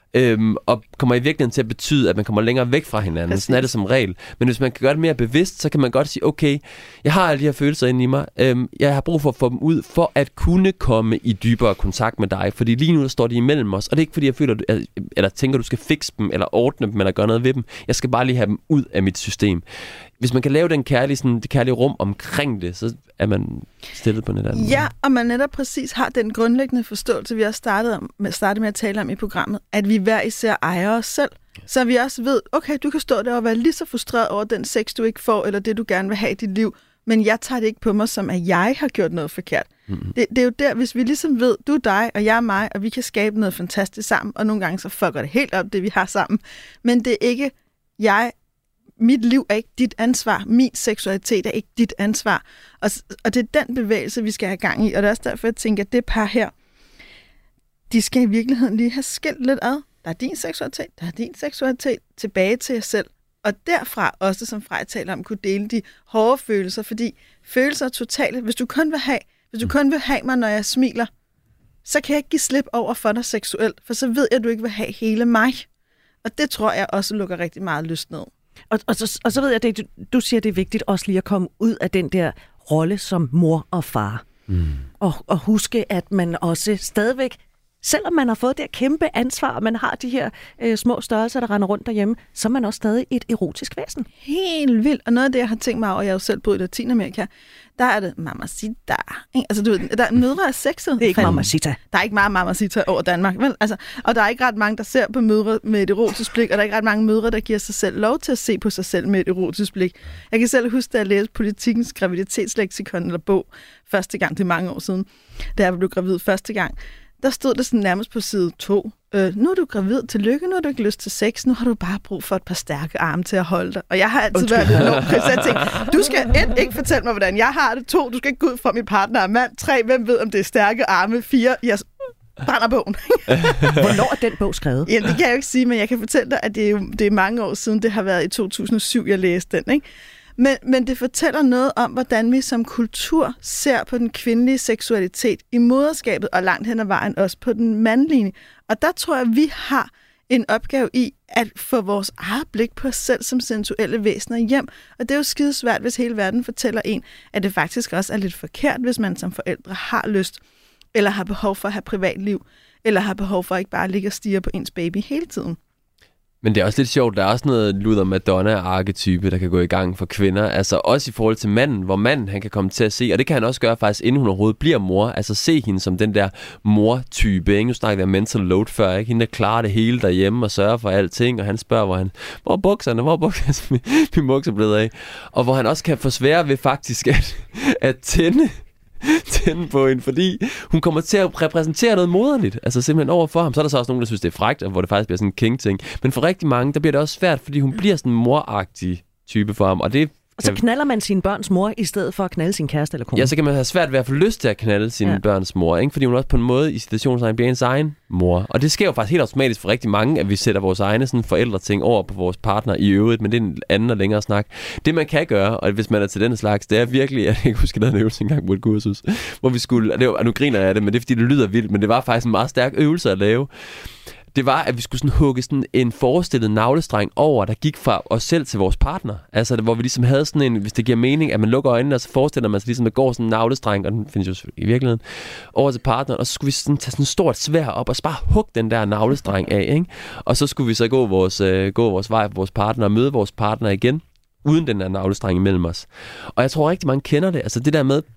og kommer i virkeligheden til at betyde, at man kommer længere væk fra hinanden. Præcis. Sådan er det som regel. Men hvis man kan gøre det mere bevidst, så kan man godt sige, okay, jeg har alle de her følelser inde i mig. Jeg har brug for at få dem ud, for at kunne komme i dybere kontakt med dig. Fordi lige nu der står de imellem os, og det er ikke fordi, jeg føler, eller tænker, du skal fikse dem, eller ordne dem, eller gøre noget ved dem. Jeg skal bare lige have dem ud af mit system. Hvis man kan lave det kærlige rum omkring det, så er man stillet på en anden måde. Ja, og man netop præcis har den grundlæggende forståelse, vi også startede med at tale om i programmet, at vi hver især ejer os selv. Så vi også ved, okay, du kan stå der og være lige så frustreret over den sex, du ikke får, eller det, du gerne vil have i dit liv, men jeg tager det ikke på mig, som at jeg har gjort noget forkert. Mm-hmm. Det er jo der, hvis vi ligesom ved, du er dig, og jeg er mig, og vi kan skabe noget fantastisk sammen, og nogle gange så fucker det helt op, det vi har sammen. Men det er ikke mit liv er ikke dit ansvar. Min seksualitet er ikke dit ansvar. Og det er den bevægelse, vi skal have gang i. Og det er også derfor, jeg tænker, at det par her, de skal i virkeligheden lige have skilt lidt ad. Der er din seksualitet, der er din seksualitet, tilbage til jer selv. Og derfra også, som Frej taler om, kunne dele de hårde følelser. Fordi følelser er totale. Hvis du kun vil have mig, når jeg smiler, så kan jeg ikke give slip over for dig seksuelt. For så ved jeg, at du ikke vil have hele mig. Og det tror jeg også lukker rigtig meget lyst ned. Og så ved jeg, at du siger, det er vigtigt også lige at komme ud af den der rolle som mor og far. Og huske, at man også stadigvæk, selvom man har fået det kæmpe ansvar, og man har de her små størrelser, der render rundt derhjemme, så er man også stadig et erotisk væsen. Helt vildt. Og noget af det, jeg har tænkt mig over, jeg har jo selv boet i Latinamerika, der er det mamacita. Altså, du ved, der mødre er sexet. Det er ikke mamacita. Der er ikke meget mamacita over Danmark. Vel? Altså, og der er ikke ret mange, der ser på mødre med et erotisk blik, og der er ikke ret mange mødre, der giver sig selv lov til at se på sig selv med et erotisk blik. Jeg kan selv huske, da jeg læste Politikens graviditetsleksikon eller bog første gang, det er mange år siden, da jeg blev gravid første gang. Der stod det sådan nærmest på side 2. Nu er du gravid, tillykke, nu har du ikke lyst til sex, nu har du bare brug for et par stærke arme til at holde dig. Og jeg har altid været lidt enormt, så jeg tænkte, du skal 1, ikke fortælle mig, hvordan jeg har det. 2, du skal ikke gå ud fra min partner er mand. 3, hvem ved, om det er stærke arme. 4, jeg brænder bogen. Hvornår er den bog skrevet? Ja, det kan jeg jo ikke sige, men jeg kan fortælle dig, at det er mange år siden, det har været i 2007, jeg læste den, ikke? Men det fortæller noget om, hvordan vi som kultur ser på den kvindelige seksualitet i moderskabet, og langt hen ad vejen også på den mandlige. Og der tror jeg, vi har en opgave i at få vores eget blik på os selv som sensuelle væsener hjem. Og det er jo skide svært, hvis hele verden fortæller en, at det faktisk også er lidt forkert, hvis man som forældre har lyst, eller har behov for at have privatliv, eller har behov for at ikke bare ligge og stirre på ens baby hele tiden. Men det er også lidt sjovt, der er også noget Luther Madonna-arketype, der kan gå i gang for kvinder. Altså også i forhold til manden, hvor manden han kan komme til at se, og det kan han også gøre faktisk, inden hun overhovedet bliver mor. Altså se hende som den der mor-type. Ikke? Nu snakker vi om mental load før, ikke? Hende der klarer det hele derhjemme og sørger for alting, og han spørger, hvor er bukserne, min bukser blevet af? Og hvor han også kan få svære ved faktisk at tænde på hende, fordi hun kommer til at repræsentere noget moderligt, altså simpelthen over for ham. Så er der så også nogen, der synes, det er frækt, og hvor det faktisk bliver sådan en king-ting. Men for rigtig mange, der bliver det også svært, fordi hun bliver sådan en moragtig type for ham, og det Og så knaller man sin børns mor, i stedet for at knalde sin kæreste eller kone. Ja, så kan man have svært ved at få lyst til at knalde sin børns mor, ikke? Fordi hun også på en måde i situationstegn bliver ens egen mor. Og det sker jo faktisk helt automatisk for rigtig mange, at vi sætter vores egne sådan forældreting over på vores partner i øvrigt, men det er en anden og længere snak. Det man kan gøre, og hvis man er til denne slags, det er virkelig, at jeg kan huske, at jeg lavede en øvelse engang på et kursus, hvor vi skulle, og nu griner jeg af det, men det er fordi, det lyder vildt, men det var faktisk en meget stærk øvelse at lave. Det var, at vi skulle sådan hugge sådan en forestillet navlestreng over, der gik fra os selv til vores partner. Altså, hvor vi ligesom havde sådan en, hvis det giver mening, at man lukker øjnene, og så forestiller man sig ligesom, at der går sådan en navlestreng, og den findes jo i virkeligheden, over til partneren, og så skulle vi sådan tage sådan et stort sværd op, og så bare hugge den der navlestreng af, ikke? Og så skulle vi så gå vores vej på vores partner, og møde vores partner igen, uden den der navlestreng imellem os. Og jeg tror rigtig mange kender det, altså det der med,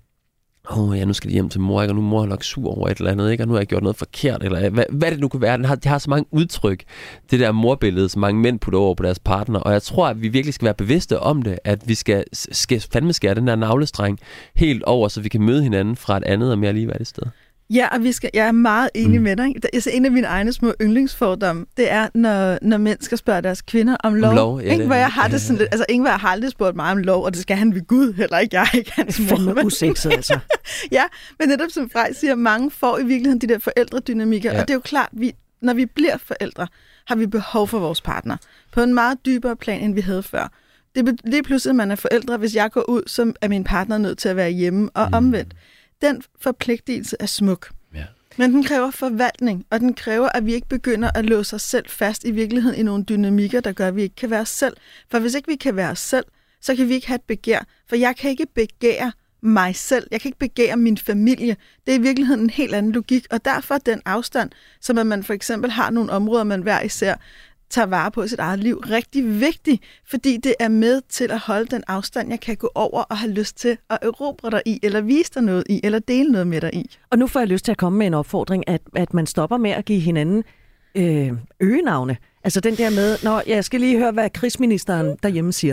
nu skal de hjem til mor, ikke? Og nu er mor nok sur over et eller andet, ikke? Og nu har jeg gjort noget forkert, eller hvad det nu kan være. Det har så mange udtryk, det der morbillede, som mange mænd putter over på deres partner. Og jeg tror, at vi virkelig skal være bevidste om det, at vi skal fandme skære den der navlestreng helt over, så vi kan møde hinanden fra et andet og mere ligeværdigt sted. Ja, og jeg er meget enig med dig. Altså, en af mine egne små yndlingsfordomme, det er, når mænd skal spørge deres kvinder om lov. Ja, hvor jeg har det sådan lidt, altså Ingvar har aldrig spurgt mig om lov, og det skal han ved Gud heller ikke. Jeg er ikke hans mor. Fandme usekset, altså. Ja, men netop som Frej siger, mange får i virkeligheden de der forældredynamikker, og det er jo klart, når vi bliver forældre, har vi behov for vores partner på en meget dybere plan, end vi havde før. Det er pludselig, at man er forældre. Hvis jeg går ud, så er min partner nødt til at være hjemme, og omvendt. Den forpligtelse er smuk. Ja. Men den kræver forvaltning, og den kræver, at vi ikke begynder at låse os selv fast i virkeligheden i nogle dynamikker, der gør, at vi ikke kan være os selv. For hvis ikke vi kan være os selv, så kan vi ikke have et begær. For jeg kan ikke begære mig selv. Jeg kan ikke begære min familie. Det er i virkeligheden en helt anden logik, og derfor den afstand, som at man for eksempel har nogle områder, man hver især tager vare på i sit eget liv, rigtig vigtig, fordi det er med til at holde den afstand, jeg kan gå over og have lyst til at erobre dig i, eller vise dig noget i, eller dele noget med dig i. Og nu får jeg lyst til at komme med en opfordring, at man stopper med at give hinanden øgenavne. Altså den der med, jeg skal lige høre, hvad krigsministeren derhjemme siger.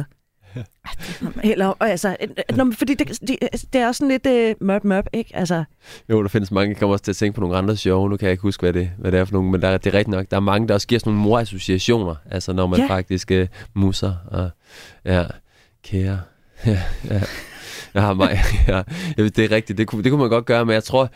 Eller, altså, fordi det er også sådan lidt mørp, ikke? Altså. Jo, der findes mange, jeg kommer også til at tænke på nogle andre sjove, nu kan jeg ikke huske, hvad det er for nogle, men det er rigtigt nok, der er mange, der også giver sådan nogle morassociationer, altså når man faktisk musser og kære, jeg har mig, jeg ved, det er rigtigt, det kunne man godt gøre, men jeg tror,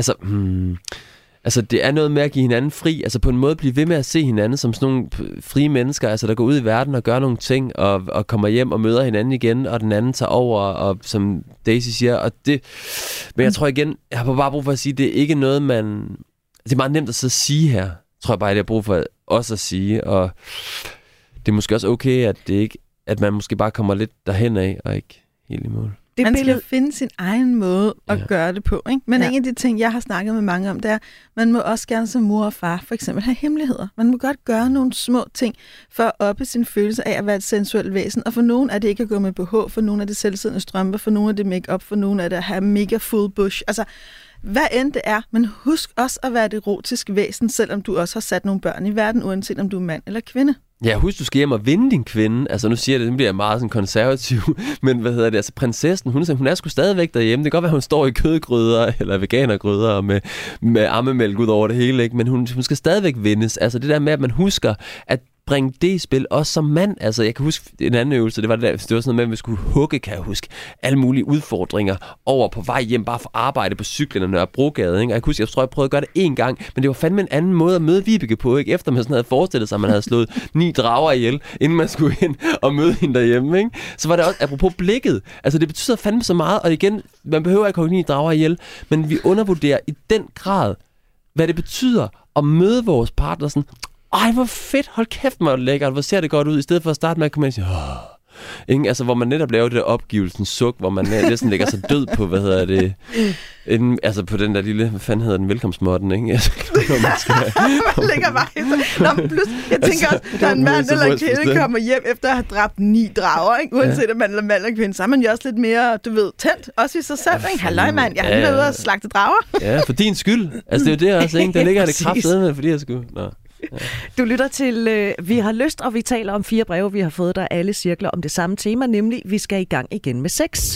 altså, det er noget med at give hinanden fri, altså på en måde blive ved med at se hinanden som sådan nogle frie mennesker, altså der går ud i verden og gør nogle ting, og kommer hjem og møder hinanden igen, og den anden tager over, og som Daisy siger, og det... Men jeg tror igen, jeg har bare brug for at sige, det er ikke noget, det er meget nemt at så sige her, tror jeg bare, det er brug for også at sige, og det er måske også okay, at man måske bare kommer lidt derhen af, og ikke helt i mål. Man skal finde sin egen måde at gøre det på, ikke? Men en af de ting, jeg har snakket med mange om, det er, man må også gerne som mor og far for eksempel have hemmeligheder. Man må godt gøre nogle små ting for at oppe sin følelse af at være et sensuelt væsen. Og for nogen er det ikke at gå med BH, for nogen er det selvsiddende strømper, for nogen er det make-up, for nogen er det at have mega full bush. Altså, hvad end det er, men husk også at være et erotisk væsen, selvom du også har sat nogle børn i verden, uanset om du er mand eller kvinde. Ja, husk, du skal hjem og vinde din kvinde. Altså, nu siger jeg det, nu bliver jeg meget sådan konservativ, men altså prinsessen, hun er sgu stadigvæk derhjemme. Det kan godt være, hun står i kødgryder eller veganergryder med ammemælk ud over det hele, ikke? Men hun skal stadigvæk vindes. Altså, det der med, at man husker at bringe det i spil, også som mand. Altså, jeg kan huske en anden øvelse, det var sådan noget med, at vi skulle hugge, kan jeg huske, alle mulige udfordringer over på vej hjem, bare for arbejde på cyklen og Nørrebrogade, ikke? Og jeg kan huske, jeg tror, jeg prøvede at gøre det en gang, men det var fandme en anden måde at møde Vibeke på, ikke? Efter man sådan havde forestillet sig, at man havde slået 9 drager ihjel, inden man skulle ind og møde hende derhjemme, ikke? Så var det også, apropos blikket, altså det betyder fandme så meget, og igen, man behøver ikke at 9 drager ihjel, men vi undervurderer i den grad, hvad det betyder at møde vores partner sådan, ej, hvor fedt, hold kæft, hvor lækkert, hvor ser det godt ud, i stedet for at starte med at komme ind og sige, altså, hvor man netop laver det der opgivelsens suk, hvor man næsten lægger sig død på, altså på den der lille, hvad fanden hedder den, velkomstmåtten, ikke? Altså, man lægger bare helt. Plus, jeg tænker også, der er en mand eller en kvinde, kommer hjem efter at have dræbt 9 drager, ikke? Uanset om man eller mand eller kvinde, så er man jo også lidt mere, du ved, tændt, også i sig selv, ikke? Halløj, mand, jeg har lige været ude og slagte drager. Ja, for din skyld. Altså, det er jo det også, ikke? Der ligger det kraftedeme, fordi jeg skulle... Nå. Ja. Du lytter til Vi har lyst, og vi taler om 4 breve, vi har fået, der alle cirkler om det samme tema, nemlig vi skal i gang igen med sex.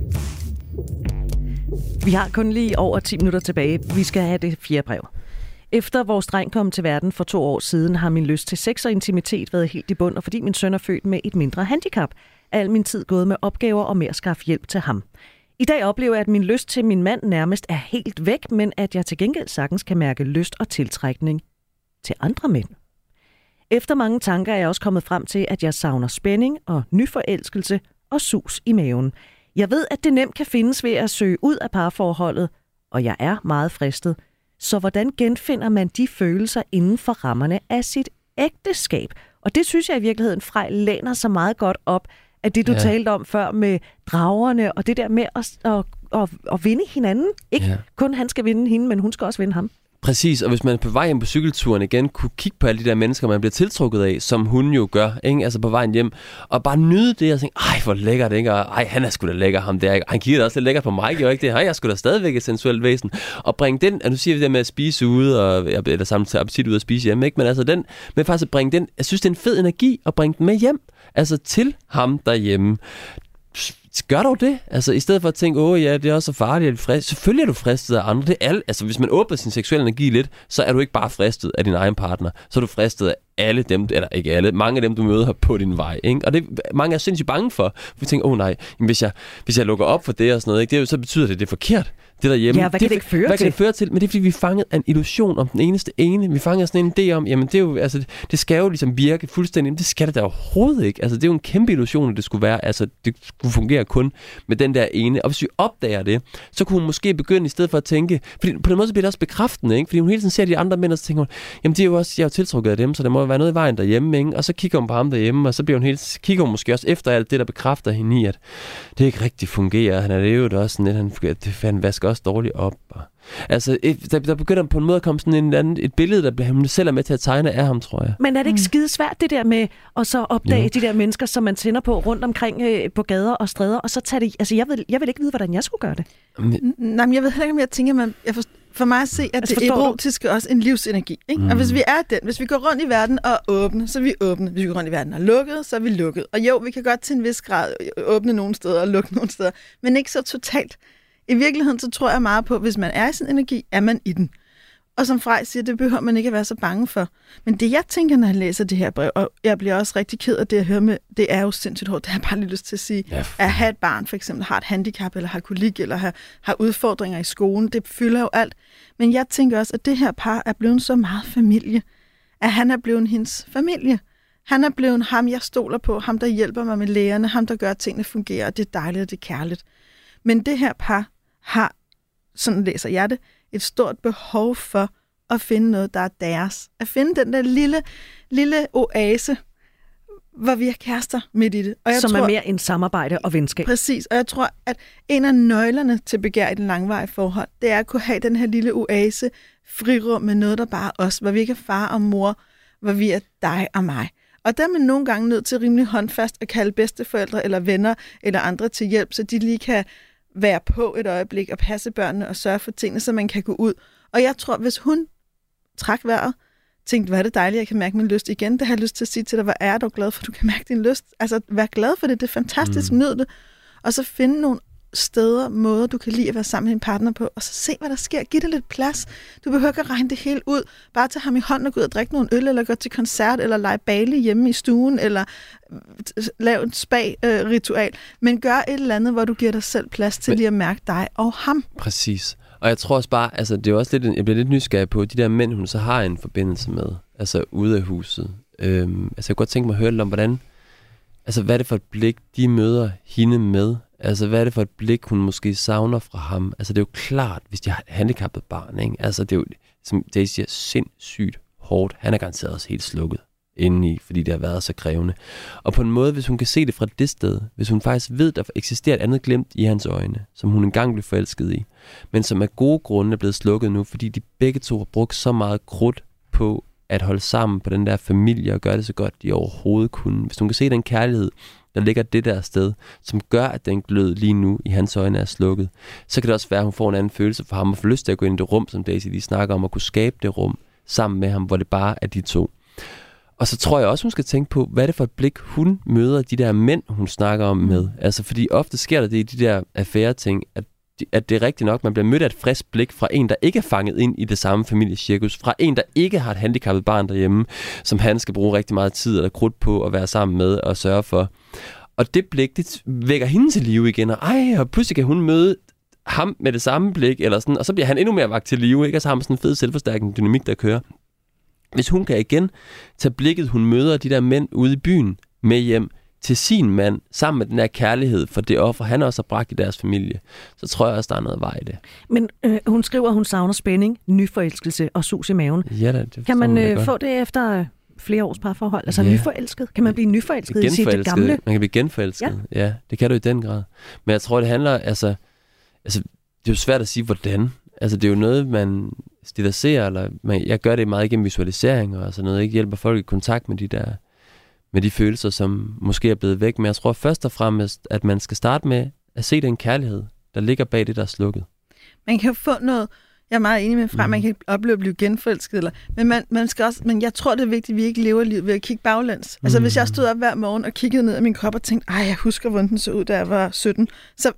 Vi har kun lige over 10 minutter tilbage. Vi skal have det 4 brev. Efter vores dreng kom til verden for 2 år siden, har min lyst til sex og intimitet været helt i bund, og fordi min søn er født med et mindre handicap, er al min tid gået med opgaver og med at skaffe hjælp til ham. I dag oplever jeg, at min lyst til min mand nærmest er helt væk, men at jeg til gengæld sagtens kan mærke lyst og tiltrækning til andre mænd. Efter mange tanker er jeg også kommet frem til, at jeg savner spænding og nyforelskelse og sus i maven. Jeg ved, at det nemt kan findes ved at søge ud af parforholdet, og jeg er meget fristet. Så hvordan genfinder man de følelser inden for rammerne af sit ægteskab? Og det synes jeg i virkeligheden, Frej, læner så meget godt op af det, du talte om før med dragerne, og det der med at vinde hinanden. Ikke kun han skal vinde hende, men hun skal også vinde ham. Præcis, og hvis man på vej hjem på cykelturen igen kunne kigge på alle de der mennesker, man bliver tiltrukket af, som hun jo gør, ikke? Altså på vejen hjem, og bare nyde det og tænke, ej, hvor lækkert, ikke? Og ej, han er sgu da lækker, ham der, ikke? Han kigger da også lidt lækkert på mig, ikke? Ej, jeg er sgu da stadigvæk et sensuelt væsen. Og bringe den, og nu siger vi det med at spise ude, eller sammen til appetit ud og spise hjemme, ikke? Men altså den, men faktisk at bringe den, jeg synes, det er en fed energi at bringe den med hjem, altså til ham derhjemme. Gør dog det. Altså, i stedet for at tænke, det er også så farligt, selvfølgelig er du fristet af andre. Det er altså, hvis man åbner sin seksuelle energi lidt, så er du ikke bare fristet af din egen partner. Så er du fristet af alle dem, eller ikke alle, mange af dem, du møder på din vej. Ikke? Og det mange er sindssygt bange for. Vi tænker, nej, hvis jeg lukker op for det og sådan noget, ikke? Så betyder det er forkert. Det derhjemme. Ja, hvad kan det føre til? Men det er, fordi vi fanget en illusion om den eneste ene. Vi fanger sådan en idé om, jamen det er jo, altså, det skal jo ligesom virke fuldstændig. Men det skal det da overhovedet ikke. Altså, det er jo en kæmpe illusion, at det skulle være, altså, det skulle fungere kun med den der ene. Og hvis vi opdager det, så kunne hun måske begynde i stedet for at tænke, fordi på den måde så bliver det også bekræftende, ikke? Fordi hun hele tiden ser de andre mænd, og så tænker hun, jamen det er jo også, jeg er jo tiltrukket af dem, så der må jo være noget i vejen derhjemme, ikke? Og så kigger hun på ham derhjemme, og så bliver kigger hun måske også efter alt det, der bekræfter hende i, at det ikke rigtig fungerer. Han er det jo også sådan lidt, han vasker også dårligt op. Altså, der begynder på en måde at komme sådan et billede, der hun selv er med til at tegne af ham, tror jeg. Men er det ikke skidesvært, det der med at så opdage de der mennesker, som man tænder på rundt omkring på gader og stræder, og så tage det... Altså, jeg vil ikke vide, hvordan jeg skulle gøre det. Nej, men jeg ved heller ikke, om jeg tænker, for mig at se, at det erotiske også en livsenergi. Ikke? Og hvis vi går rundt i verden og åbne, så er vi åbne. Hvis vi går rundt i verden og lukket, så er vi lukket. Og jo, vi kan godt til en vis grad åbne nogle steder og lukke nogle steder, men ikke så totalt. I virkeligheden, så tror jeg meget på, at hvis man er i sin energi, er man i den. Og som Frej siger, det behøver man ikke at være så bange for. Men det, jeg tænker, når jeg læser det her brev, og jeg bliver også rigtig ked af det, jeg hører med, det er jo sindssygt hårdt. Det har jeg bare lige lyst til at sige. At have et barn, for eksempel, har et handicap, eller har kolik, eller har udfordringer i skolen, det fylder jo alt. Men jeg tænker også, at det her par er blevet så meget familie. At han er blevet hendes familie. Han er blevet ham, jeg stoler på. Ham, der hjælper mig med lægerne. Ham, der gør, at tingene fungerer. Det er dejligt, og det er kærligt. Men det her par har, sådan læser jeg det, et stort behov for at finde noget, der er deres. At finde den der lille oase, hvor vi er kærester midt i det. Og jeg tror, er mere end samarbejde og venskab. Præcis, og jeg tror, at en af nøglerne til begær i den langvarige forhold, det er at kunne have den her lille oase, frirum med noget, der bare er os, hvor vi ikke er far og mor, hvor vi er dig og mig. Og der er man nogle gange nødt til rimelig håndfast at kalde bedsteforældre eller venner eller andre til hjælp, så de lige kan være på et øjeblik og passe børnene og sørge for tingene, så man kan gå ud. Og jeg tror, hvis hun trak vejret, tænkte, hvor er det dejligt, jeg kan mærke min lyst igen. Det har jeg lyst til at sige til dig, hvor er du glad for, at du kan mærke din lyst. Altså, vær glad for det, det er fantastisk, nyd det. Og så finde nogle steder, måder, du kan lide at være sammen med din partner på, og så se, hvad der sker. Giv det lidt plads. Du behøver ikke at regne det hele ud. Bare tage ham i hånden og gå ud og drikke nogle øl, eller gå til koncert, eller lege Bali hjemme i stuen, eller lave et spa-ritual. Men gør et eller andet, hvor du giver dig selv plads til lige at mærke dig og ham. Præcis. Og jeg tror også bare, altså det er også lidt, jeg bliver lidt nysgerrig på, de der mænd, hun så har en forbindelse med, altså ude af huset. Altså jeg kunne godt tænke mig at høre lidt om, hvordan, altså hvad er det for et blik, de møder hende med? Altså hvad er det for et blik, hun måske savner fra ham? Altså det er jo klart, hvis de har et handicappet barn, ikke? Altså det er jo, som Daisy siger, sindssygt hårdt. Han er garanteret også helt slukket indeni, fordi det har været så krævende. Og på en måde, hvis hun kan se det fra det sted, hvis hun faktisk ved, der eksisterer et andet glimt i hans øjne, som hun engang blev forelsket i, men som af gode grunde er blevet slukket nu, fordi de begge to har brugt så meget krudt på at holde sammen på den der familie og gøre det så godt, de overhovedet kunne. Hvis hun kan se den kærlighed, der ligger det der sted, som gør, at den glød lige nu i hans øjne er slukket, så kan det også være, at hun får en anden følelse for ham og får lyst til at gå ind i det rum, som Daisy lige snakker om, og kunne skabe det rum sammen med ham, hvor det bare er de to. Og så tror jeg også, hun skal tænke på, hvad er det for et blik, hun møder de der mænd, hun snakker om med. Altså, fordi ofte sker der det i de der affære-ting, at at det er rigtigt nok, man bliver mødt af et frisk blik fra en, der ikke er fanget ind i det samme familiecirkus, fra en, der ikke har et handicappet barn derhjemme, som han skal bruge rigtig meget tid eller krudt på at være sammen med og sørge for. Og det blik, det vækker hende til live igen, og pludselig kan hun møde ham med det samme blik, eller sådan, og så bliver han endnu mere vagt til live, ikke? Og så har man sådan en fed selvforstærkende dynamik, der kører. Hvis hun kan igen tage blikket, hun møder de der mænd ude i byen med hjem til sin mand, sammen med den her kærlighed for det offer, han også har bragt i deres familie, så tror jeg også, der er noget vej i det. Men hun skriver, at hun savner spænding, nyforelskelse og sus i maven. Ja, det kan man få det efter flere års parforhold? Altså nyforelsket? Kan man blive nyforelsket i sit gamle? Man kan blive genforelsket, ja. Det kan du i den grad. Men jeg tror, det handler, altså det er jo svært at sige, hvordan. Altså, det er jo noget, man stiliserer, eller jeg gør det meget igennem visualisering, og sådan noget, ikke hjælper folk i kontakt med de følelser, som måske er blevet væk. Men jeg tror først og fremmest, at man skal starte med at se den kærlighed, der ligger bag det, der er slukket. Man kan jo få noget, jeg er meget enig med Frej, man kan opleve at blive genforelsket, men man skal også, men jeg tror, det er vigtigt, at vi ikke lever livet ved at kigge baglæns. Altså, hvis jeg stod op hver morgen og kiggede ned af min krop og tænkte, jeg husker, hvordan den så ud, da jeg var 17,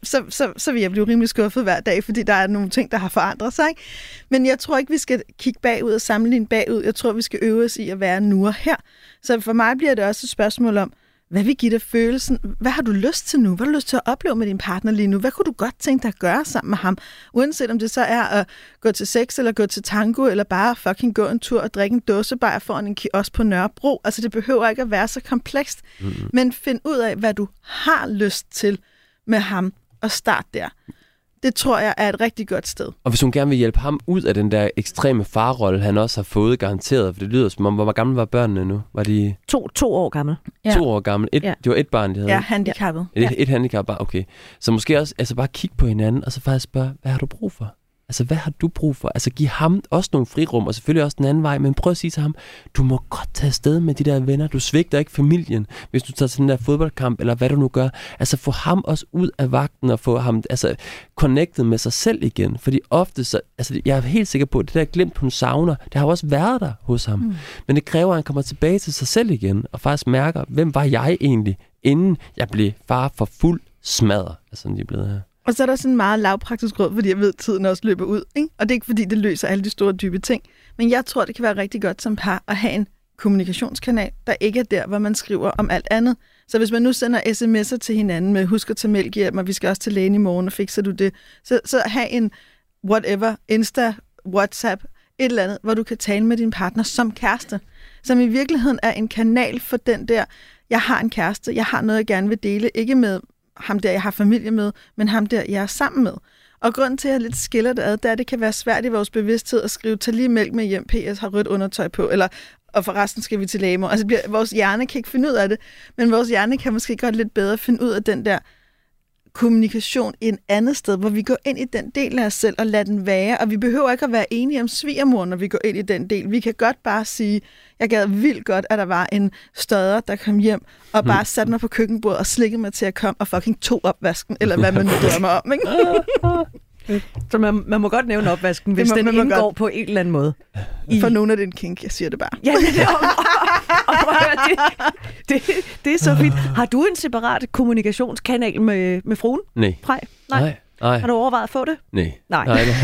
så vil jeg blive rimelig skuffet hver dag, fordi der er nogle ting, der har forandret sig, ikke? Men jeg tror ikke, vi skal kigge bagud og sammenligne bagud. Jeg tror, vi skal øve os i at være nu og her. Så for mig bliver det også et spørgsmål om, hvad vil give dig følelsen? Hvad har du lyst til nu? Hvad har du lyst til at opleve med din partner lige nu? Hvad kunne du godt tænke dig at gøre sammen med ham? Uanset om det så er at gå til sex, eller gå til tango, eller bare fucking gå en tur og drikke en dåsebajer foran en kiosk på Nørrebro. Altså, det behøver ikke at være så komplekst. Men find ud af, hvad du har lyst til med ham, og start der. Det tror jeg er et rigtig godt sted. Og hvis hun gerne vil hjælpe ham ud af den der ekstreme farrolle, han også har fået garanteret, for det lyder som om, hvor gamle var børnene nu? Var de... 2 år gamle. Ja. 2 år gamle. Det var et barn, de havde. Ja, handicappet. Et handicap, okay. Så måske også altså bare kigge på hinanden, og så faktisk spørge, hvad har du brug for? Altså, hvad har du brug for? Altså, giv ham også nogle frirum, og selvfølgelig også den anden vej, men prøv at sige til ham, du må godt tage afsted med de der venner. Du svigter ikke familien, hvis du tager til den der fodboldkamp, eller hvad du nu gør. Altså, få ham også ud af vagten, og få ham connected med sig selv igen. Fordi ofte, jeg er helt sikker på, at det der glemt, hun savner, det har jo også været der hos ham. Men det kræver, at han kommer tilbage til sig selv igen, og faktisk mærker, hvem var jeg egentlig, inden jeg blev far for fuld smadret, altså de er blevet her. Og så er der sådan en meget lavpraktisk råd, fordi jeg ved, at tiden også løber ud, ikke? Og det er ikke, fordi det løser alle de store, dybe ting. Men jeg tror, det kan være rigtig godt som par at have en kommunikationskanal, der ikke er der, hvor man skriver om alt andet. Så hvis man nu sender sms'er til hinanden med, husk at tage mælk hjem, og vi skal også til lægen i morgen, og fikser du det, så have en whatever, Insta, WhatsApp, et eller andet, hvor du kan tale med din partner som kæreste. Som i virkeligheden er en kanal for den der, jeg har en kæreste, jeg har noget, jeg gerne vil dele, ikke med ham der, jeg har familie med, men ham der, jeg er sammen med. Og grunden til, at jeg lidt skiller det ad, det er, at det kan være svært i vores bevidsthed at skrive, tag lige mælk med hjem, PS har rødt undertøj på, eller og forresten skal vi til læge. Altså vores hjerne kan ikke finde ud af det, men vores hjerne kan måske godt lidt bedre finde ud af den der kommunikation i et andet sted, hvor vi går ind i den del af os selv og lader den være, og vi behøver ikke at være enige om svigermor, når vi går ind i den del. Vi kan godt bare sige, jeg gad vildt godt, at der var en støder, der kom hjem og bare satte mig på køkkenbordet og slikkede mig til at komme og fucking tog opvasken, eller hvad man nu drømmer om, ikke? Så man må godt nævne opvasken, hvis den indgår godt på en eller anden måde. For nogen er det en kink, jeg siger det bare. Ja, det er så fint. Har du en separat kommunikationskanal med fruen? Nej. Nej. Har du overvejet at få det? Nej. Nej,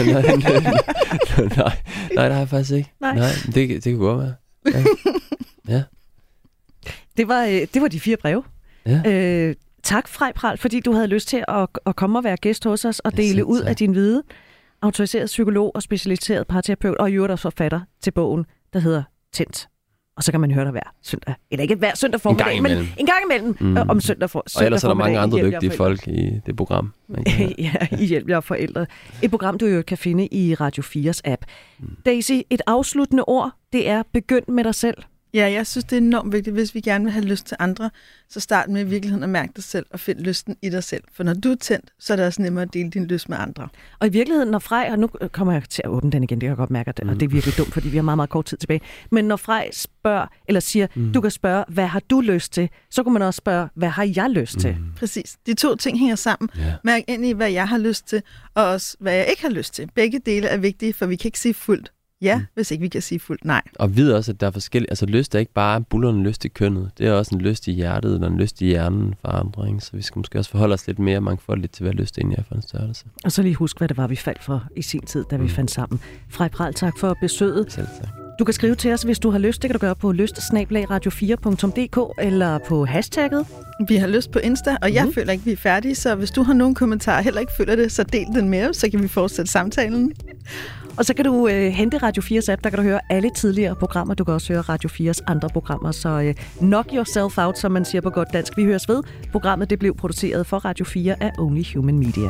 det har jeg faktisk ikke. Nej. Det kan godt være. Ja. Det var de 4 breve. Ja. Tak, Frej Prahl, fordi du havde lyst til at komme og være gæst hos os og dele ud af din viden. Autoriseret psykolog og specialiseret parterapeut, og i øvrigt også forfatter til bogen, der hedder Tændt. Og så kan man høre dig hver søndag. Eller ikke hver søndag formiddag, men en gang imellem om søndag formiddag. Og ellers er der mange andre dygtige folk i det program. Ja, i Hjælp jer forældre. Et program, du jo kan finde i Radio 4's app. Daisy, et afsluttende ord, det er begynd med dig selv. Ja, jeg synes, det er enormt vigtigt, hvis vi gerne vil have lyst til andre, så start med i virkeligheden at mærke dig selv og find lysten i dig selv. For når du er tændt, så er det også nemmere at dele din lyst med andre. Og i virkeligheden, når Frej, og nu kommer jeg til at åbne den igen, det kan jeg godt mærke, og det er virkelig dumt, fordi vi har meget, meget kort tid tilbage. Men når Frej spørger, eller siger, du kan spørge, hvad har du lyst til? Så kan man også spørge, hvad har jeg lyst til? Præcis. De 2 ting hænger sammen. Mærk ind i, hvad jeg har lyst til, og også hvad jeg ikke har lyst til. Begge dele er vigtige, for vi kan ikke sige fuldt ja, hvis ikke vi kan sige fuldt nej. Og vid også, at der er forskellige... Altså lyst er ikke bare bullerne lyst i kønnet. Det er også en lyst i hjertet, eller en lyst i hjernen for andre. Ikke? Så vi skal måske også forholde os lidt mere mangfoldigt til, hvad lyst egentlig er for en størrelse. Og så lige husk, hvad det var, vi faldt for i sin tid, da vi fandt sammen. Frej Pral, tak for besøget. Selv tak. Du kan skrive til os, hvis du har lyst. Det kan du gøre på lyst@radio4.dk eller på hashtagget. Vi har lyst på Insta, og jeg føler ikke, vi er færdige, så hvis du har nogen kommentarer heller ikke føler det, så del den med os, så kan vi fortsætte samtalen. Og så kan du hente Radio 4's app, der kan du høre alle tidligere programmer. Du kan også høre Radio 4's andre programmer, så knock yourself out, som man siger på godt dansk. Vi høres ved. Programmet det blev produceret for Radio 4 af Only Human Media.